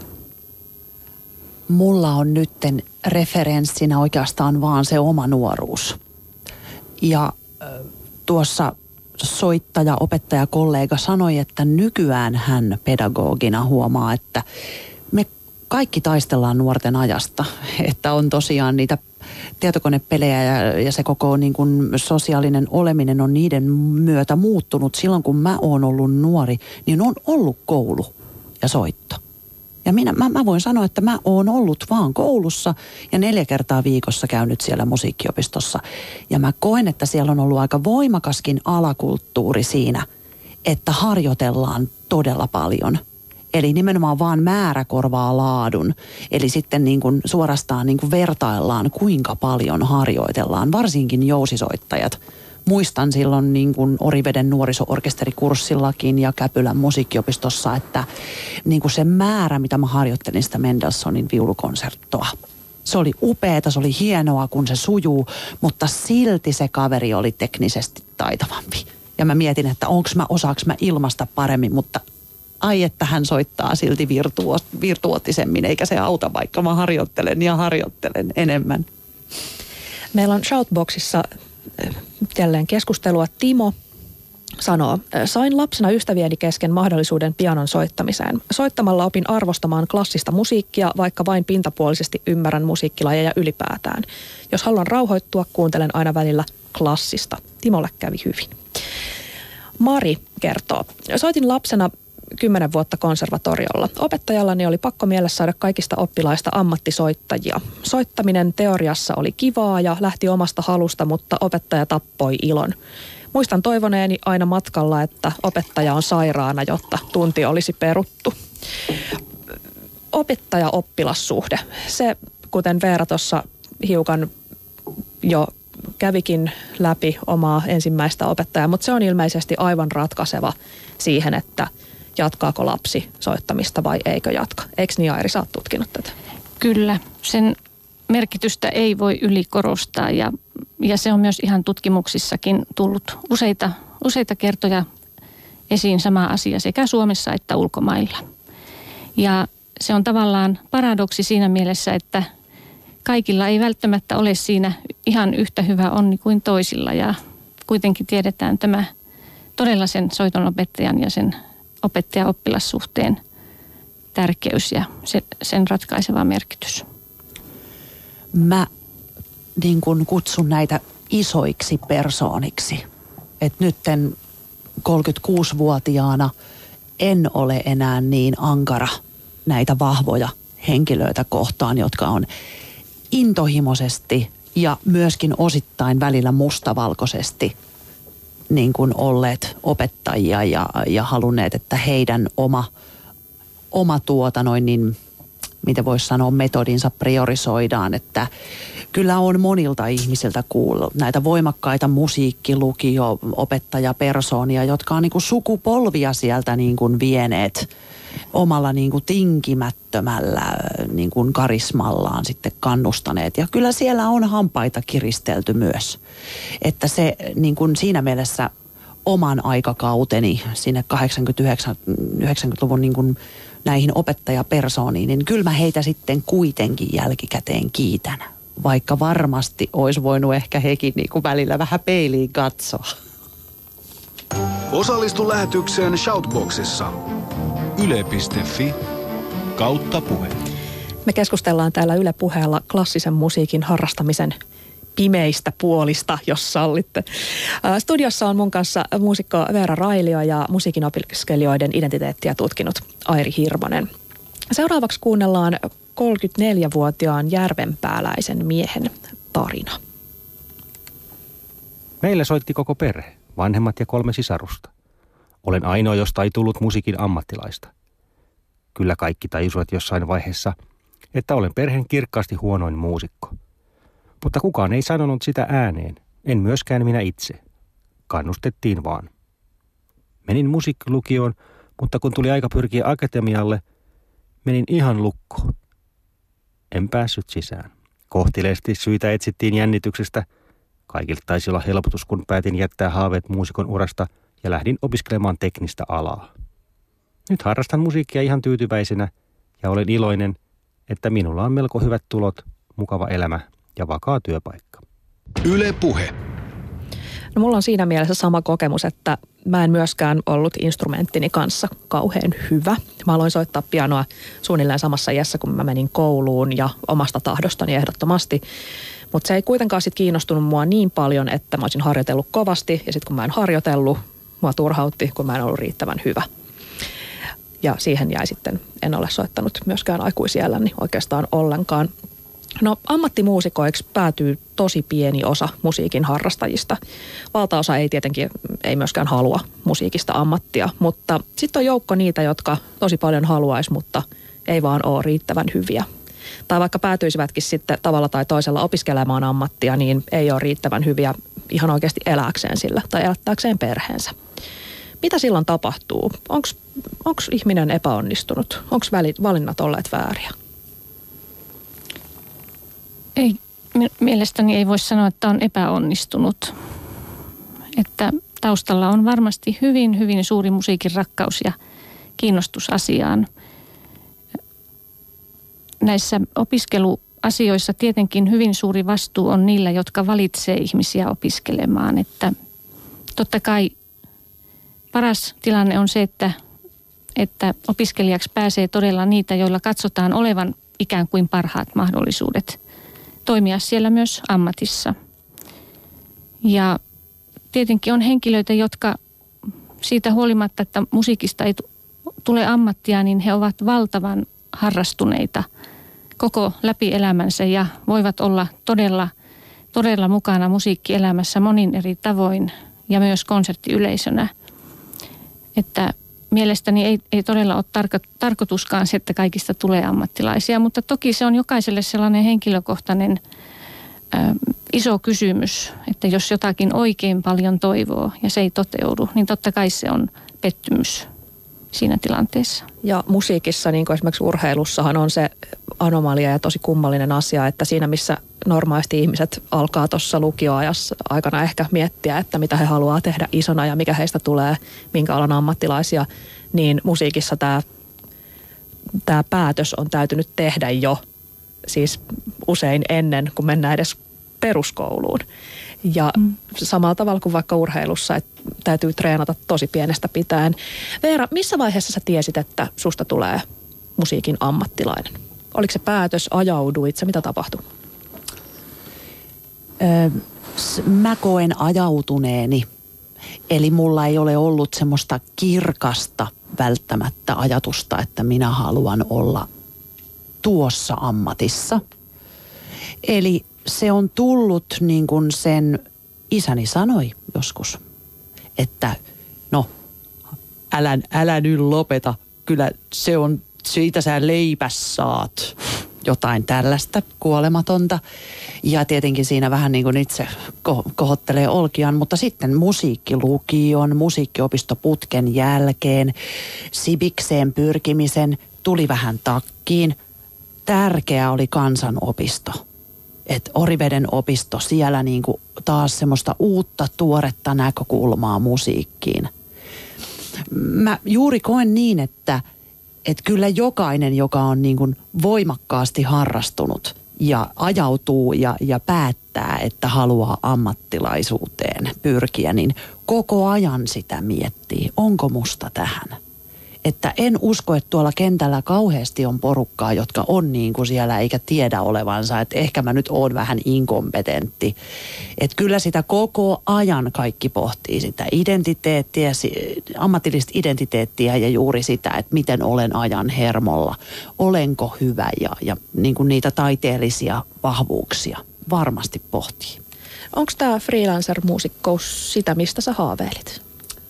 Mulla on nytten referenssinä oikeastaan vaan se oma nuoruus. Ja tuossa soittaja, opettaja, kollega sanoi, että nykyään hän pedagogina huomaa, että me kaikki taistellaan nuorten ajasta. Että on tosiaan niitä tietokonepelejä ja se koko niin kuin sosiaalinen oleminen on niiden myötä muuttunut. Silloin kun mä oon ollut nuori, niin on ollut koulu ja soitto. Ja mä voin sanoa, että mä oon ollut vaan koulussa ja 4 kertaa viikossa käynyt siellä musiikkiopistossa. Ja mä koen, että siellä on ollut aika voimakaskin alakulttuuri siinä, että harjoitellaan todella paljon. Eli nimenomaan vaan määrä korvaa laadun. Eli sitten niin kuin suorastaan niin kuin vertaillaan, kuinka paljon harjoitellaan, varsinkin jousisoittajat. Muistan silloin niin kuin Oriveden nuoriso-orkesterikurssillakin ja Käpylän musiikkiopistossa, että niin kuin se määrä, mitä mä harjoittelin sitä Mendelssohnin viulukonserttoa. Se oli upeata, se oli hienoa, kun se sujuu, mutta silti se kaveri oli teknisesti taitavampi. Ja mä mietin, että osaaks mä ilmaista paremmin, mutta ai että hän soittaa silti virtuoottisemmin, eikä se auta, vaikka mä harjoittelen enemmän. Meillä on Shoutboxissa jälleen keskustelua. Timo sanoo, sain lapsena ystävieni kesken mahdollisuuden pianon soittamiseen. Soittamalla opin arvostamaan klassista musiikkia, vaikka vain pintapuolisesti ymmärrän musiikkilajeja ylipäätään. Jos haluan rauhoittua, kuuntelen aina välillä klassista. Timolle kävi hyvin. Mari kertoo, soitin lapsena 10 vuotta konservatoriolla. Opettajallani oli pakko mielessä saada kaikista oppilaista ammattisoittajia. Soittaminen teoriassa oli kivaa ja lähti omasta halusta, mutta opettaja tappoi ilon. Muistan toivoneeni aina matkalla, että opettaja on sairaana, jotta tunti olisi peruttu. Opettaja-oppilassuhde. Se, kuten Veera tuossa hiukan jo kävikin läpi omaa ensimmäistä opettajaa, mutta se on ilmeisesti aivan ratkaiseva siihen, että jatkaako lapsi soittamista vai eikö jatka. Eikö niin, Airi, sä oot tutkinut tätä? Kyllä, sen merkitystä ei voi ylikorostaa ja se on myös ihan tutkimuksissakin tullut useita kertoja esiin sama asia sekä Suomessa että ulkomailla. Ja se on tavallaan paradoksi siinä mielessä, että kaikilla ei välttämättä ole siinä ihan yhtä hyvä onni kuin toisilla ja kuitenkin tiedetään tämä todella sen soitonopettajan ja sen opettaja-oppilassuhteen tärkeys ja sen ratkaiseva merkitys. Mä niin kun kutsun näitä isoiksi persooniksi. Että nytten 36-vuotiaana en ole enää niin ankara näitä vahvoja henkilöitä kohtaan, jotka on intohimoisesti ja myöskin osittain välillä mustavalkoisesti niin kuin olleet opettajia ja halunneet, että heidän oma miten voisi sanoa, metodinsa priorisoidaan, että kyllä on monilta ihmisiltä kuullut näitä voimakkaita musiikkilukio-opettajapersoonia, jotka on niin kuin sukupolvia sieltä niin kuin vieneet omalla niin kuin tinkimättömällä niin kuin karismallaan sitten kannustaneet. Ja kyllä siellä on hampaita kiristelty myös, että se niin kuin siinä mielessä oman aikakauteni sinne 80-90-luvun niin kuin näihin opettajapersooniin, niin kyllä mä heitä sitten kuitenkin jälkikäteen kiitän. Vaikka varmasti olisi voinut ehkä hekin niin kuin välillä vähän peiliin katsoa. Osallistu lähetykseen Shoutboxissa. yle.fi/puhe. Me keskustellaan täällä Yle Puheella klassisen musiikin harrastamisen pimeistä puolista, jos sallitte. Studiossa on mun kanssa muusikko Veera Railio ja musiikin opiskelijoiden identiteettiä tutkinut Airi Hirvonen. Seuraavaksi kuunnellaan 34-vuotiaan järvenpääläisen miehen tarina. Meillä soitti koko perhe, vanhemmat ja 3 sisarusta. Olen ainoa, josta ei tullut musiikin ammattilaista. Kyllä kaikki tajusivat jossain vaiheessa, että olen perheen kirkkaasti huonoin muusikko. Mutta kukaan ei sanonut sitä ääneen, en myöskään minä itse. Kannustettiin vaan. Menin musiikkilukioon, mutta kun tuli aika pyrkiä akatemialle, menin ihan lukkoon. En päässyt sisään. Kohteliaasti syitä etsittiin jännityksestä. Kaikilta taisi olla helpotus, kun päätin jättää haaveet muusikon urasta ja lähdin opiskelemaan teknistä alaa. Nyt harrastan musiikkia ihan tyytyväisenä ja olen iloinen, että minulla on melko hyvät tulot, mukava elämä ja vakaa työpaikka. Yle Puhe. No, mulla on siinä mielessä sama kokemus, että mä en myöskään ollut instrumenttini kanssa kauhean hyvä. Mä aloin soittaa pianoa suunnilleen samassa iässä, kun mä menin kouluun ja omasta tahdostani ehdottomasti. Mutta se ei kuitenkaan sit kiinnostunut mua niin paljon, että mä olisin harjoitellut kovasti ja sitten kun mä en harjoitellut, mua turhautti, kun mä en ollut riittävän hyvä. Ja siihen jäi sitten, en ole soittanut myöskään aikuisiälläni oikeastaan ollenkaan. No, ammattimuusikoiksi päätyy tosi pieni osa musiikin harrastajista. Valtaosa ei myöskään halua musiikista ammattia, mutta sitten on joukko niitä, jotka tosi paljon haluaisi, mutta ei vaan ole riittävän hyviä. Tai vaikka päätyisivätkin sitten tavalla tai toisella opiskelemaan ammattia, niin ei ole riittävän hyviä ihan oikeasti elääkseen sillä tai elättääkseen perheensä. Mitä silloin tapahtuu? Onko ihminen epäonnistunut? Onko valinnat olleet vääriä? Ei, mielestäni ei voi sanoa, että on epäonnistunut. Että taustalla on varmasti hyvin, hyvin suuri musiikin rakkaus ja kiinnostus asiaan. Näissä opiskeluasioissa tietenkin hyvin suuri vastuu on niillä, jotka valitsee ihmisiä opiskelemaan. Että totta kai paras tilanne on se, että opiskelijaksi pääsee todella niitä, joilla katsotaan olevan ikään kuin parhaat mahdollisuudet toimia siellä myös ammatissa. Ja tietenkin on henkilöitä, jotka siitä huolimatta, että musiikista ei tule ammattia, niin he ovat valtavan harrastuneita koko läpi elämänsä ja voivat olla todella, todella mukana musiikkielämässä monin eri tavoin ja myös konserttiyleisönä. Että mielestäni ei todella ole tarkoituskaan se, että kaikista tulee ammattilaisia, mutta toki se on jokaiselle sellainen henkilökohtainen iso kysymys, että jos jotakin oikein paljon toivoo ja se ei toteudu, niin totta kai se on pettymys siinä tilanteessa. Ja musiikissa, niin kuin esimerkiksi urheilussahan on se anomalia ja tosi kummallinen asia, että siinä missä normaalisti ihmiset alkaa tuossa lukioajassa aikana ehkä miettiä, että mitä he haluaa tehdä isona ja mikä heistä tulee, minkä alan ammattilaisia, niin musiikissa tämä päätös on täytynyt tehdä jo siis usein ennen kuin mennään edes peruskouluun. Ja samalla tavalla kuin vaikka urheilussa, että täytyy treenata tosi pienestä pitäen. Veera, missä vaiheessa sä tiesit, että susta tulee musiikin ammattilainen? Oliko se päätös, ajauduit, mitä tapahtui? Mä koen ajautuneeni Eli mulla ei ole ollut semmoista kirkasta välttämättä ajatusta, että minä haluan olla tuossa ammatissa. Eli se on tullut niin kuin sen isäni sanoi joskus, että no älä nyt lopeta, kyllä se on, siitä sä leipäs saat. Jotain tällaista kuolematonta. Ja tietenkin siinä vähän niin kuin itse kohottelee olkiaan, mutta sitten musiikkilukion, musiikkiopistoputken jälkeen, sibikseen pyrkimisen, tuli vähän takkiin. Tärkeä oli kansanopisto. Et Oriveden opisto, siellä niin kuin taas semmoista uutta tuoretta näkökulmaa musiikkiin. Mä juuri koen niin, että kyllä jokainen, joka on niin kuin voimakkaasti harrastunut ja ajautuu ja päättää, että haluaa ammattilaisuuteen pyrkiä, niin koko ajan sitä miettii, onko musta tähän. Että en usko, että tuolla kentällä kauheasti on porukkaa, jotka on niin kuin siellä eikä tiedä olevansa, että ehkä mä nyt oon vähän inkompetentti. Että kyllä sitä koko ajan kaikki pohtii sitä identiteettiä, ammatillista identiteettiä ja juuri sitä, että miten olen ajan hermolla, olenko hyvä ja niin kuin niitä taiteellisia vahvuuksia varmasti pohtii. Onko tämä freelancer-muusikkous sitä, mistä sä haaveilit?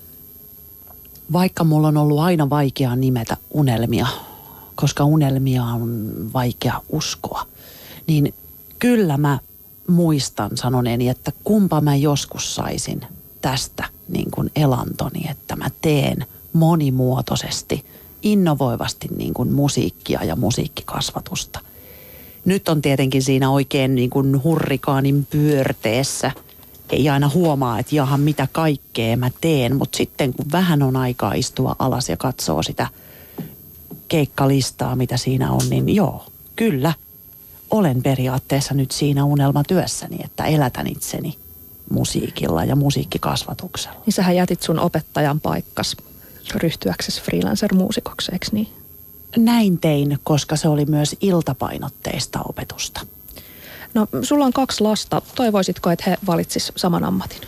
Vaikka mulla on ollut aina vaikea nimetä unelmia, koska unelmia on vaikea uskoa, niin kyllä mä muistan sanoneeni, että kumpa mä joskus saisin tästä niin kuin elantoni, että mä teen monimuotoisesti, innovoivasti niin kuin musiikkia ja musiikkikasvatusta. Nyt on tietenkin siinä oikein niin kuin hurrikaanin pyörteessä. Ei aina huomaa, että jaha, mitä kaikkea mä teen, mutta sitten kun vähän on aikaa istua alas ja katsoo sitä keikkalistaa, mitä siinä on, niin joo, kyllä. Olen periaatteessa nyt siinä unelmatyössäni, että elätän itseni musiikilla ja musiikkikasvatuksella. Niin sähän jätit sun opettajan paikkas ryhtyäksesi freelancer-muusikoksi, eikö niin? Näin tein, koska se oli myös iltapainotteista opetusta. No, sulla on 2 lasta. Toivoisitko, että he valitsis saman ammatin?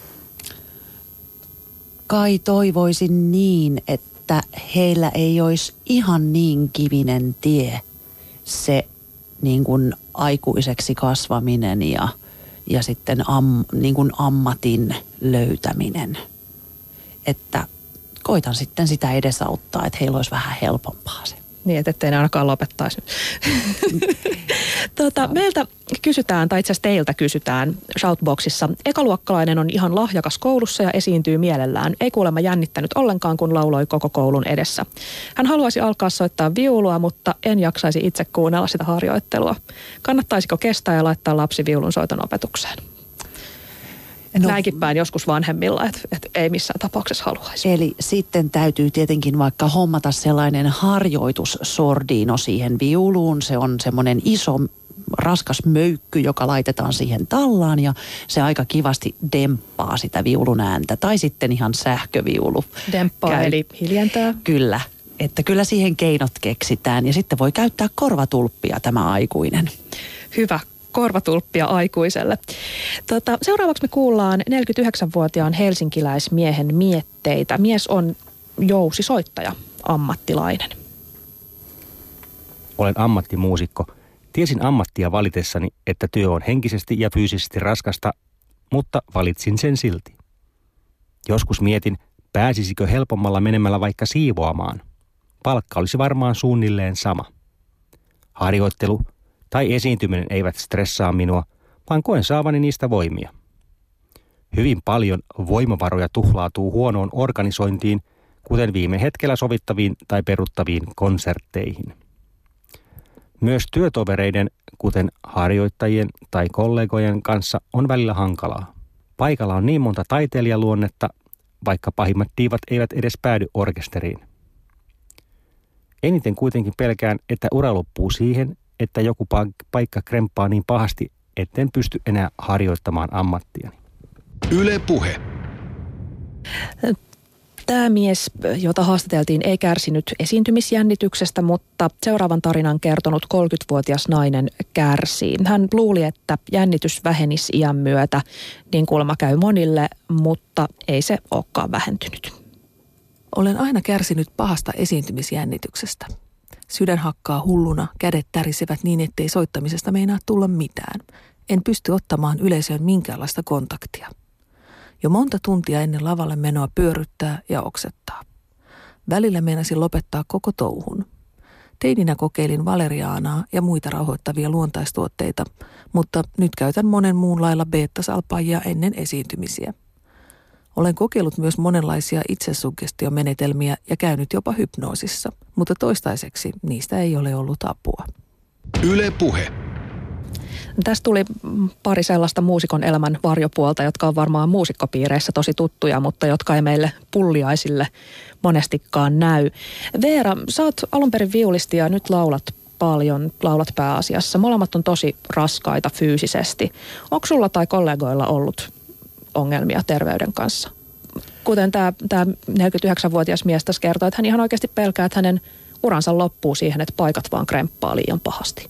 Kai toivoisin niin, että heillä ei olisi ihan niin kivinen tie se niin kuin aikuiseksi kasvaminen ja sitten niin kuin ammatin löytäminen. Että koitan sitten sitä edesauttaa, että heillä olisi vähän helpompaa se. Niin, ettei ne ainakaan lopettaisi. Meiltä kysytään, tai itse asiassa teiltä kysytään Shoutboxissa. Ekaluokkalainen on ihan lahjakas koulussa ja esiintyy mielellään. Ei kuulemma jännittänyt ollenkaan, kun lauloi koko koulun edessä. Hän haluaisi alkaa soittaa viulua, mutta en jaksaisi itse kuunnella sitä harjoittelua. Kannattaisiko kestää ja laittaa lapsi viulun soiton opetukseen? No, näinkin päin joskus vanhemmilla, että ei missään tapauksessa haluaisi. Eli sitten täytyy tietenkin vaikka hommata sellainen harjoitussordiino siihen viuluun. Se on semmoinen iso, raskas möykky, joka laitetaan siihen tallaan ja se aika kivasti demppaa sitä viulun ääntä. Tai sitten ihan sähköviulu. Demppaa eli hiljentää. Kyllä, että kyllä siihen keinot keksitään ja sitten voi käyttää korvatulppia tämä aikuinen. Hyvä. Korvatulppia aikuiselle. Seuraavaksi me kuullaan 49-vuotiaan helsinkiläismiehen mietteitä. Mies on jousisoittaja, ammattilainen. Olen ammattimuusikko. Tiesin ammattia valitessani, että työ on henkisesti ja fyysisesti raskasta, mutta valitsin sen silti. Joskus mietin, pääsisikö helpommalla menemällä vaikka siivoamaan. Palkka olisi varmaan suunnilleen sama. Harjoittelu tai esiintyminen eivät stressaa minua, vaan koen saavani niistä voimia. Hyvin paljon voimavaroja tuhlautuu huonoon organisointiin, kuten viime hetkellä sovittaviin tai peruttaviin konsertteihin. Myös työtovereiden, kuten harjoittajien tai kollegojen kanssa on välillä hankalaa. Paikalla on niin monta taiteilijaluonnetta, vaikka pahimmat diivat eivät edes päädy orkesteriin. Eniten kuitenkin pelkään, että ura loppuu siihen, että joku paikka kremppaa niin pahasti, etten pysty enää harjoittamaan ammattiani. Yle Puhe. Tämä mies, jota haastateltiin, ei kärsinyt esiintymisjännityksestä, mutta seuraavan tarinan kertonut 30-vuotias nainen kärsii. Hän luuli, että jännitys vähenisi iän myötä, niin kuulemma käy monille, mutta ei se olekaan vähentynyt. Olen aina kärsinyt pahasta esiintymisjännityksestä. Sydän hakkaa hulluna, kädet tärisevät niin, ettei soittamisesta meinaa tulla mitään. En pysty ottamaan yleisöön minkäänlaista kontaktia. Jo monta tuntia ennen lavalle menoa pyörryttää ja oksettaa. Välillä meinasin lopettaa koko touhun. Teininä kokeilin valeriaanaa ja muita rauhoittavia luontaistuotteita, mutta nyt käytän monen muun lailla beettasalpaajia ennen esiintymisiä. Olen kokeillut myös monenlaisia itsesugestiomenetelmiä ja käynyt jopa hypnoosissa, mutta toistaiseksi niistä ei ole ollut apua. Yle Puhe. Tästä tuli pari sellaista muusikon elämän varjopuolta, jotka on varmaan muusikkopiireissä tosi tuttuja, mutta jotka ei meille pulliaisille monestikaan näy. Veera, sä oot alun perin viulisti ja nyt laulat paljon, laulat pääasiassa. Molemmat on tosi raskaita fyysisesti. Onko sulla tai kollegoilla ollut ongelmia terveyden kanssa? Kuten tämä 49-vuotias mies tässä kertoi, että hän ihan oikeasti pelkää, että hänen uransa loppuu siihen, että paikat vaan kremppaa liian pahasti.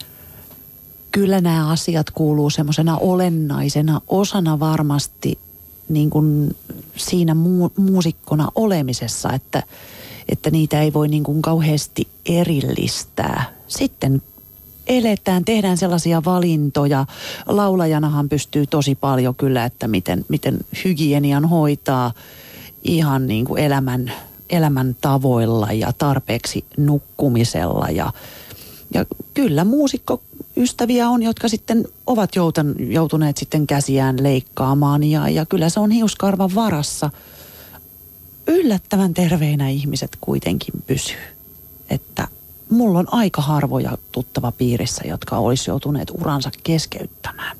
Kyllä nämä asiat kuuluu semmoisena olennaisena osana varmasti niin kuin siinä muusikkona olemisessa, että niitä ei voi niin kuin kauheasti erillistää. Sitten eletään, tehdään sellaisia valintoja. Laulajanahan pystyy tosi paljon kyllä, että miten hygienian hoitaa ihan niin kuin elämän tavoilla ja tarpeeksi nukkumisella ja kyllä muusikkoystäviä on, jotka sitten ovat joutuneet sitten käsiään leikkaamaan ja kyllä se on hiuskarvan varassa. Yllättävän terveinä ihmiset kuitenkin pysyy. Että mulla on aika harvoja tuttava piirissä, jotka olisi joutuneet uransa keskeyttämään.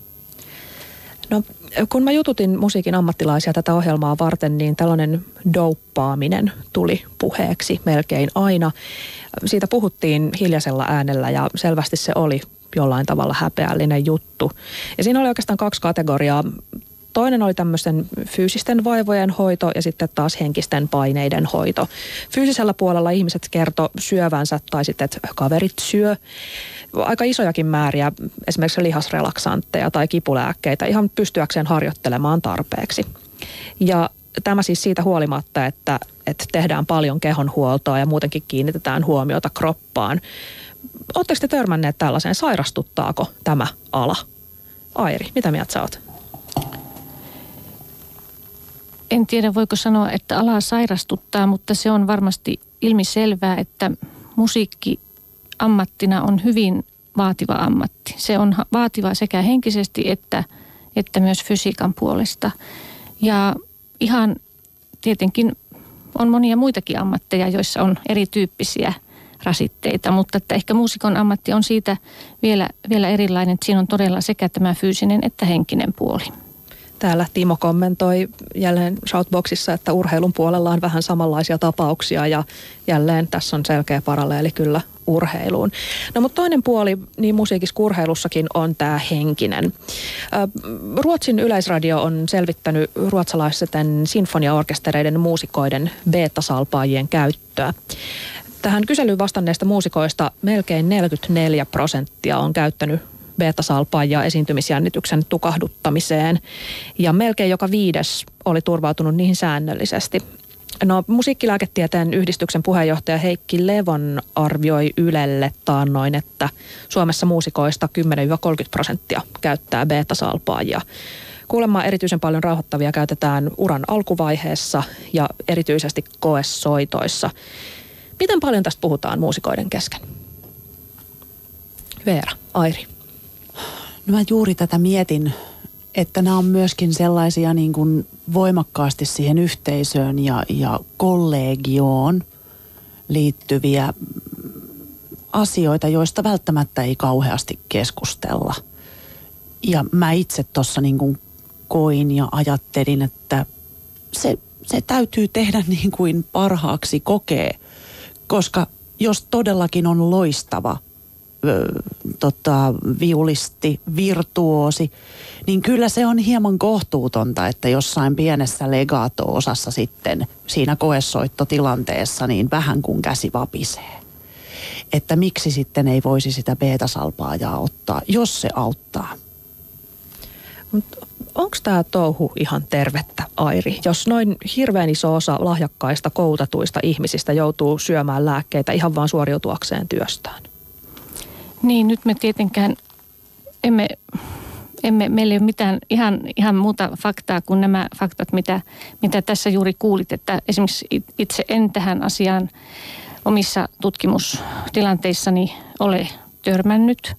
No, kun mä jututin musiikin ammattilaisia tätä ohjelmaa varten, niin tällainen douppaaminen tuli puheeksi melkein aina. Siitä puhuttiin hiljaisella äänellä ja selvästi se oli jollain tavalla häpeällinen juttu. Ja siinä oli oikeastaan 2 kategoriaa. Toinen oli tämmöisten fyysisten vaivojen hoito ja sitten taas henkisten paineiden hoito. Fyysisellä puolella ihmiset kertoi syövänsä tai sitten, että kaverit syö. Aika isojakin määriä, esimerkiksi lihasrelaksantteja tai kipulääkkeitä, ihan pystyäkseen harjoittelemaan tarpeeksi. Ja tämä siis siitä huolimatta, että tehdään paljon kehonhuoltoa ja muutenkin kiinnitetään huomiota kroppaan. Oletteko te törmänneet tällaiseen? Sairastuttaako tämä ala? Airi, mitä mieltä sä oot? En tiedä, voiko sanoa, että alaa sairastuttaa, mutta se on varmasti ilmiselvää, että musiikki ammattina on hyvin vaativa ammatti. Se on vaativa sekä henkisesti että myös fysiikan puolesta. Ja ihan tietenkin on monia muitakin ammatteja, joissa on erityyppisiä rasitteita, mutta että ehkä muusikon ammatti on siitä vielä erilainen, että siinä on todella sekä tämä fyysinen että henkinen puoli. Täällä Timo kommentoi jälleen Shoutboxissa, että urheilun puolella on vähän samanlaisia tapauksia ja jälleen tässä on selkeä paralleeli kyllä urheiluun. No mutta toinen puoli niin musiikissa kuin urheilussakin on tämä henkinen. Ruotsin Yleisradio on selvittänyt ruotsalaisten sinfoniaorkestereiden muusikoiden beettasalpaajien käyttöä. Tähän kyselyyn vastanneista muusikoista melkein 44% on käyttänyt beettasalpaajia esiintymisjännityksen tukahduttamiseen ja melkein joka 5. oli turvautunut niihin säännöllisesti. No, musiikkilääketieteen yhdistyksen puheenjohtaja Heikki Levon arvioi Ylelle taannoin, että Suomessa muusikoista 10-30% käyttää beettasalpaajia. Kuulemma erityisen paljon rauhoittavia käytetään uran alkuvaiheessa ja erityisesti koesoitoissa. Miten paljon tästä puhutaan muusikoiden kesken? Veera, Airi. No mä juuri tätä mietin, että nämä on myöskin sellaisia niin kuin voimakkaasti siihen yhteisöön ja kollegioon liittyviä asioita, joista välttämättä ei kauheasti keskustella. Ja mä itse tuossa niin kuin koin ja ajattelin, että se täytyy tehdä niin kuin parhaaksi kokee, koska jos todellakin on loistava viulisti, virtuosi, niin kyllä se on hieman kohtuutonta, että jossain pienessä legato-osassa sitten siinä koesoittotilanteessa niin vähän kuin käsi vapisee. Että miksi sitten ei voisi sitä beta-salpaajaa ottaa, jos se auttaa. Onko tämä touhu ihan tervettä, Airi? Jos noin hirveän iso osa lahjakkaista, koulutetuista ihmisistä joutuu syömään lääkkeitä ihan vaan suoriutuakseen työstään? Niin, nyt me tietenkään meillä ei ole mitään ihan muuta faktaa kuin nämä faktat, mitä tässä juuri kuulit. Että esimerkiksi itse en tähän asiaan omissa tutkimustilanteissani ole törmännyt.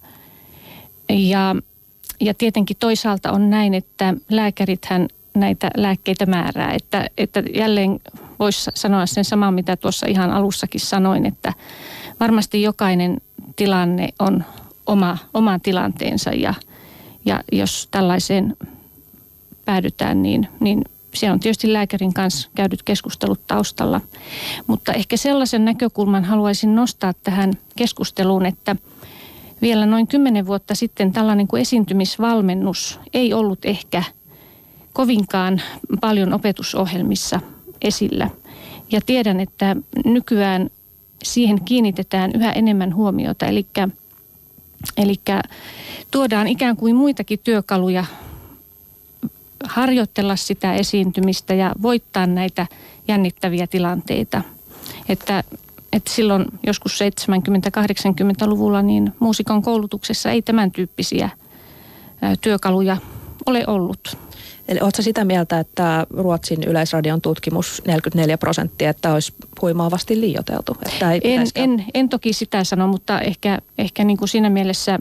Ja tietenkin toisaalta on näin, että lääkärithän näitä lääkkeitä määrää. Että jälleen voisi sanoa sen saman, mitä tuossa ihan alussakin sanoin, että varmasti jokainen tilanne on oma tilanteensa ja jos tällaiseen päädytään, niin se on tietysti lääkärin kanssa käydyt keskustelut taustalla. Mutta ehkä sellaisen näkökulman haluaisin nostaa tähän keskusteluun, että vielä noin 10 vuotta sitten tällainen kuin esiintymisvalmennus ei ollut ehkä kovinkaan paljon opetusohjelmissa esillä. Ja tiedän, että nykyään siihen kiinnitetään yhä enemmän huomiota, eli tuodaan ikään kuin muitakin työkaluja harjoitella sitä esiintymistä ja voittaa näitä jännittäviä tilanteita. Että silloin joskus 70-80-luvulla niin muusikon koulutuksessa ei tämän tyyppisiä työkaluja ole ollut. Eli oletko sitä mieltä, että Ruotsin Yleisradion tutkimus 44%, että olisi huimaavasti liioiteltu? Että en toki sitä sano, mutta ehkä niin kuin siinä mielessä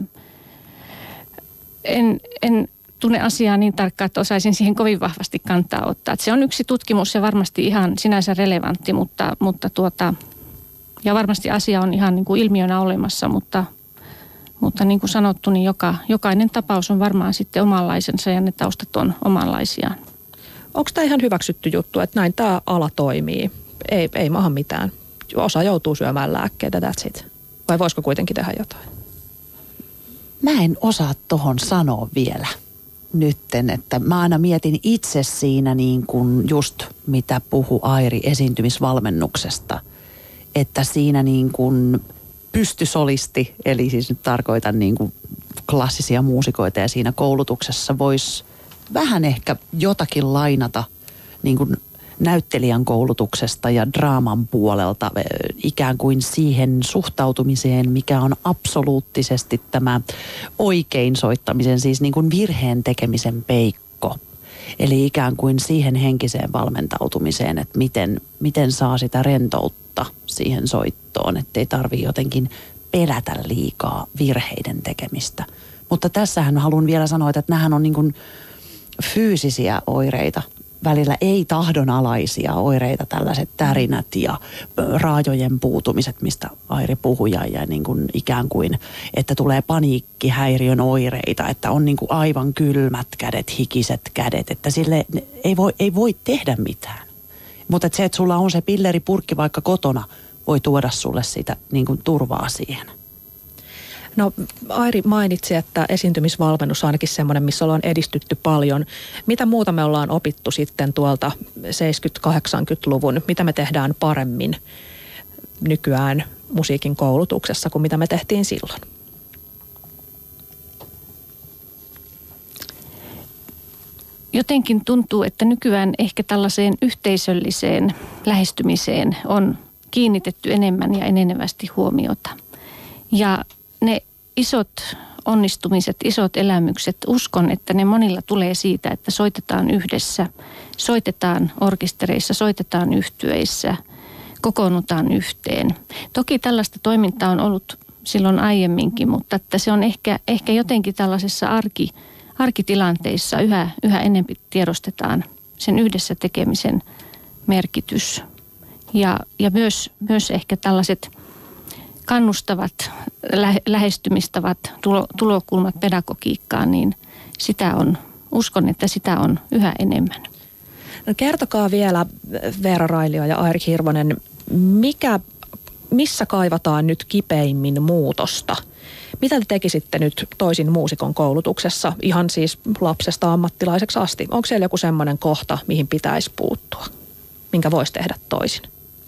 en tunne asiaa niin tarkkaan, että osaisin siihen kovin vahvasti kantaa ottaa. Että se on yksi tutkimus ja varmasti ihan sinänsä relevantti, mutta ja varmasti asia on ihan niin kuin ilmiönä olemassa, mutta niin kuin sanottu, niin jokainen tapaus on varmaan sitten omanlaisensa ja ne taustat on omanlaisiaan. Onko tämä ihan hyväksytty juttu, että näin tämä ala toimii? Ei maahan mitään. Osa joutuu syömään lääkkeitä, that's it. Vai voisiko kuitenkin tehdä jotain? Mä en osaa tohon sanoa vielä nytten, että mä aina mietin itse siinä niin kuin just mitä puhui Airi esiintymisvalmennuksesta, että siinä niin kuin pystysolisti, eli siis nyt tarkoitan niin kuin klassisia muusikoita ja siinä koulutuksessa voisi vähän ehkä jotakin lainata niin kuin näyttelijän koulutuksesta ja draaman puolelta ikään kuin siihen suhtautumiseen, mikä on absoluuttisesti tämä oikein soittamisen, siis niin kuin virheen tekemisen peikko. Eli ikään kuin siihen henkiseen valmentautumiseen, että miten saa sitä rentoutta siihen soittoon, ettei tarvitse jotenkin pelätä liikaa virheiden tekemistä. Mutta tässähän haluan vielä sanoa, että nämähän on niin kuin fyysisiä oireita. Välillä ei tahdonalaisia oireita, tällaiset tärinät ja raajojen puutumiset, mistä Airi puhui, ja niin kuin ikään kuin, että tulee paniikkihäiriön oireita, että on niin kuin aivan kylmät kädet, hikiset kädet, että sille ei voi tehdä mitään. Mutta se, että sulla on se pilleripurkki vaikka kotona, voi tuoda sulle sitä niin kuin turvaa siihen. No Airi mainitsi, että esiintymisvalmennus on ainakin semmoinen, missä ollaan edistytty paljon. Mitä muuta me ollaan opittu sitten tuolta 70-80-luvun? Mitä me tehdään paremmin nykyään musiikin koulutuksessa kuin mitä me tehtiin silloin? Jotenkin tuntuu, että nykyään ehkä tällaiseen yhteisölliseen lähestymiseen on kiinnitetty enemmän ja enenevästi huomiota. Ja ne isot onnistumiset, isot elämykset, uskon, että ne monilla tulee siitä, että soitetaan yhdessä, soitetaan orkestereissa, soitetaan yhtyeissä, kokoonnutaan yhteen. Toki tällaista toimintaa on ollut silloin aiemminkin, mutta että se on ehkä jotenkin tällaisessa arkitilanteissa yhä enemmän tiedostetaan sen yhdessä tekemisen merkitys. Ja myös ehkä tällaiset kannustavat lähestymistavat, tulokulmat pedagogiikkaan, niin uskon, että sitä on yhä enemmän. No kertokaa vielä, Veera Railio ja Airi Hirvonen, missä kaivataan nyt kipeimmin muutosta? Mitä te tekisitte nyt toisin muusikon koulutuksessa, ihan siis lapsesta ammattilaiseksi asti? Onko siellä joku semmoinen kohta, mihin pitäisi puuttua, minkä voisi tehdä toisin?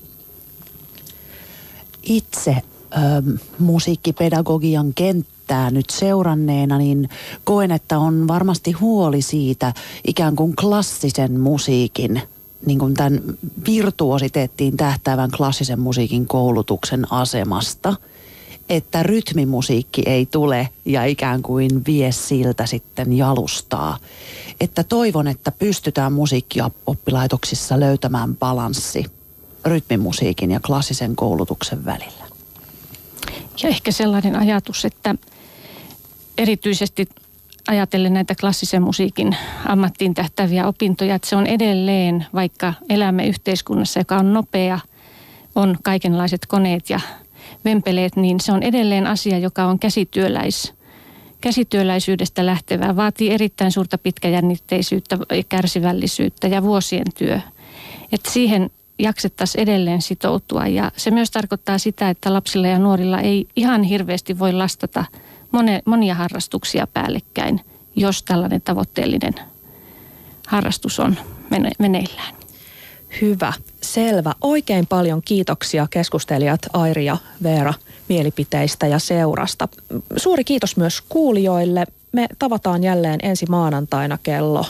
Itse musiikkipedagogian kenttää nyt seuranneena, niin koen, että on varmasti huoli siitä ikään kuin klassisen musiikin, niin kuin tämän virtuositeettiin tähtäävän klassisen musiikin koulutuksen asemasta, että rytmimusiikki ei tule ja ikään kuin vie siltä sitten jalustaa. Että toivon, että pystytään musiikkioppilaitoksissa löytämään balanssi rytmimusiikin ja klassisen koulutuksen välillä. Ja ehkä sellainen ajatus, että erityisesti ajatellen näitä klassisen musiikin ammattiin tähtääviä opintoja, että se on edelleen, vaikka elämme yhteiskunnassa, joka on nopea, on kaikenlaiset koneet ja vempeleet, niin se on edelleen asia, joka on käsityöläisyydestä lähtevää, vaatii erittäin suurta pitkäjännitteisyyttä, kärsivällisyyttä ja vuosien työ. Että siihen jaksettaisiin edelleen sitoutua ja se myös tarkoittaa sitä, että lapsilla ja nuorilla ei ihan hirveästi voi lastata monia harrastuksia päällekkäin, jos tällainen tavoitteellinen harrastus on meneillään. Hyvä, selvä. Oikein paljon kiitoksia keskustelijat Airi ja Veera mielipiteistä ja seurasta. Suuri kiitos myös kuulijoille. Me tavataan jälleen ensi maanantaina kello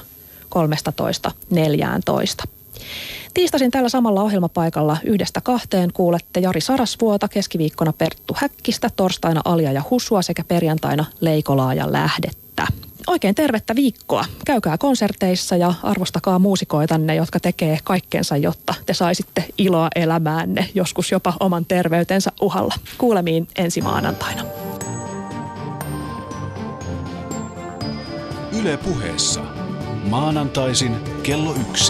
13:14. Tiistaisin tällä samalla ohjelmapaikalla 1-2 kuulette Jari Sarasvuota, keskiviikkona Perttu Häkkistä, torstaina Alia ja Husua sekä perjantaina Leikolaa ja Lähdettä. Oikein tervettä viikkoa. Käykää konserteissa ja arvostakaa muusikoitanne, jotka tekee kaikkeensa, jotta te saisitte iloa elämäänne, joskus jopa oman terveytensä uhalla. Kuulemiin ensi maanantaina. Yle Puheessa. Maanantaisin kello 1.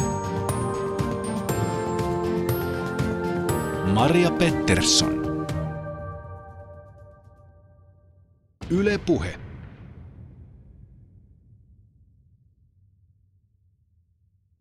Maria Pettersson. Yle Puhe.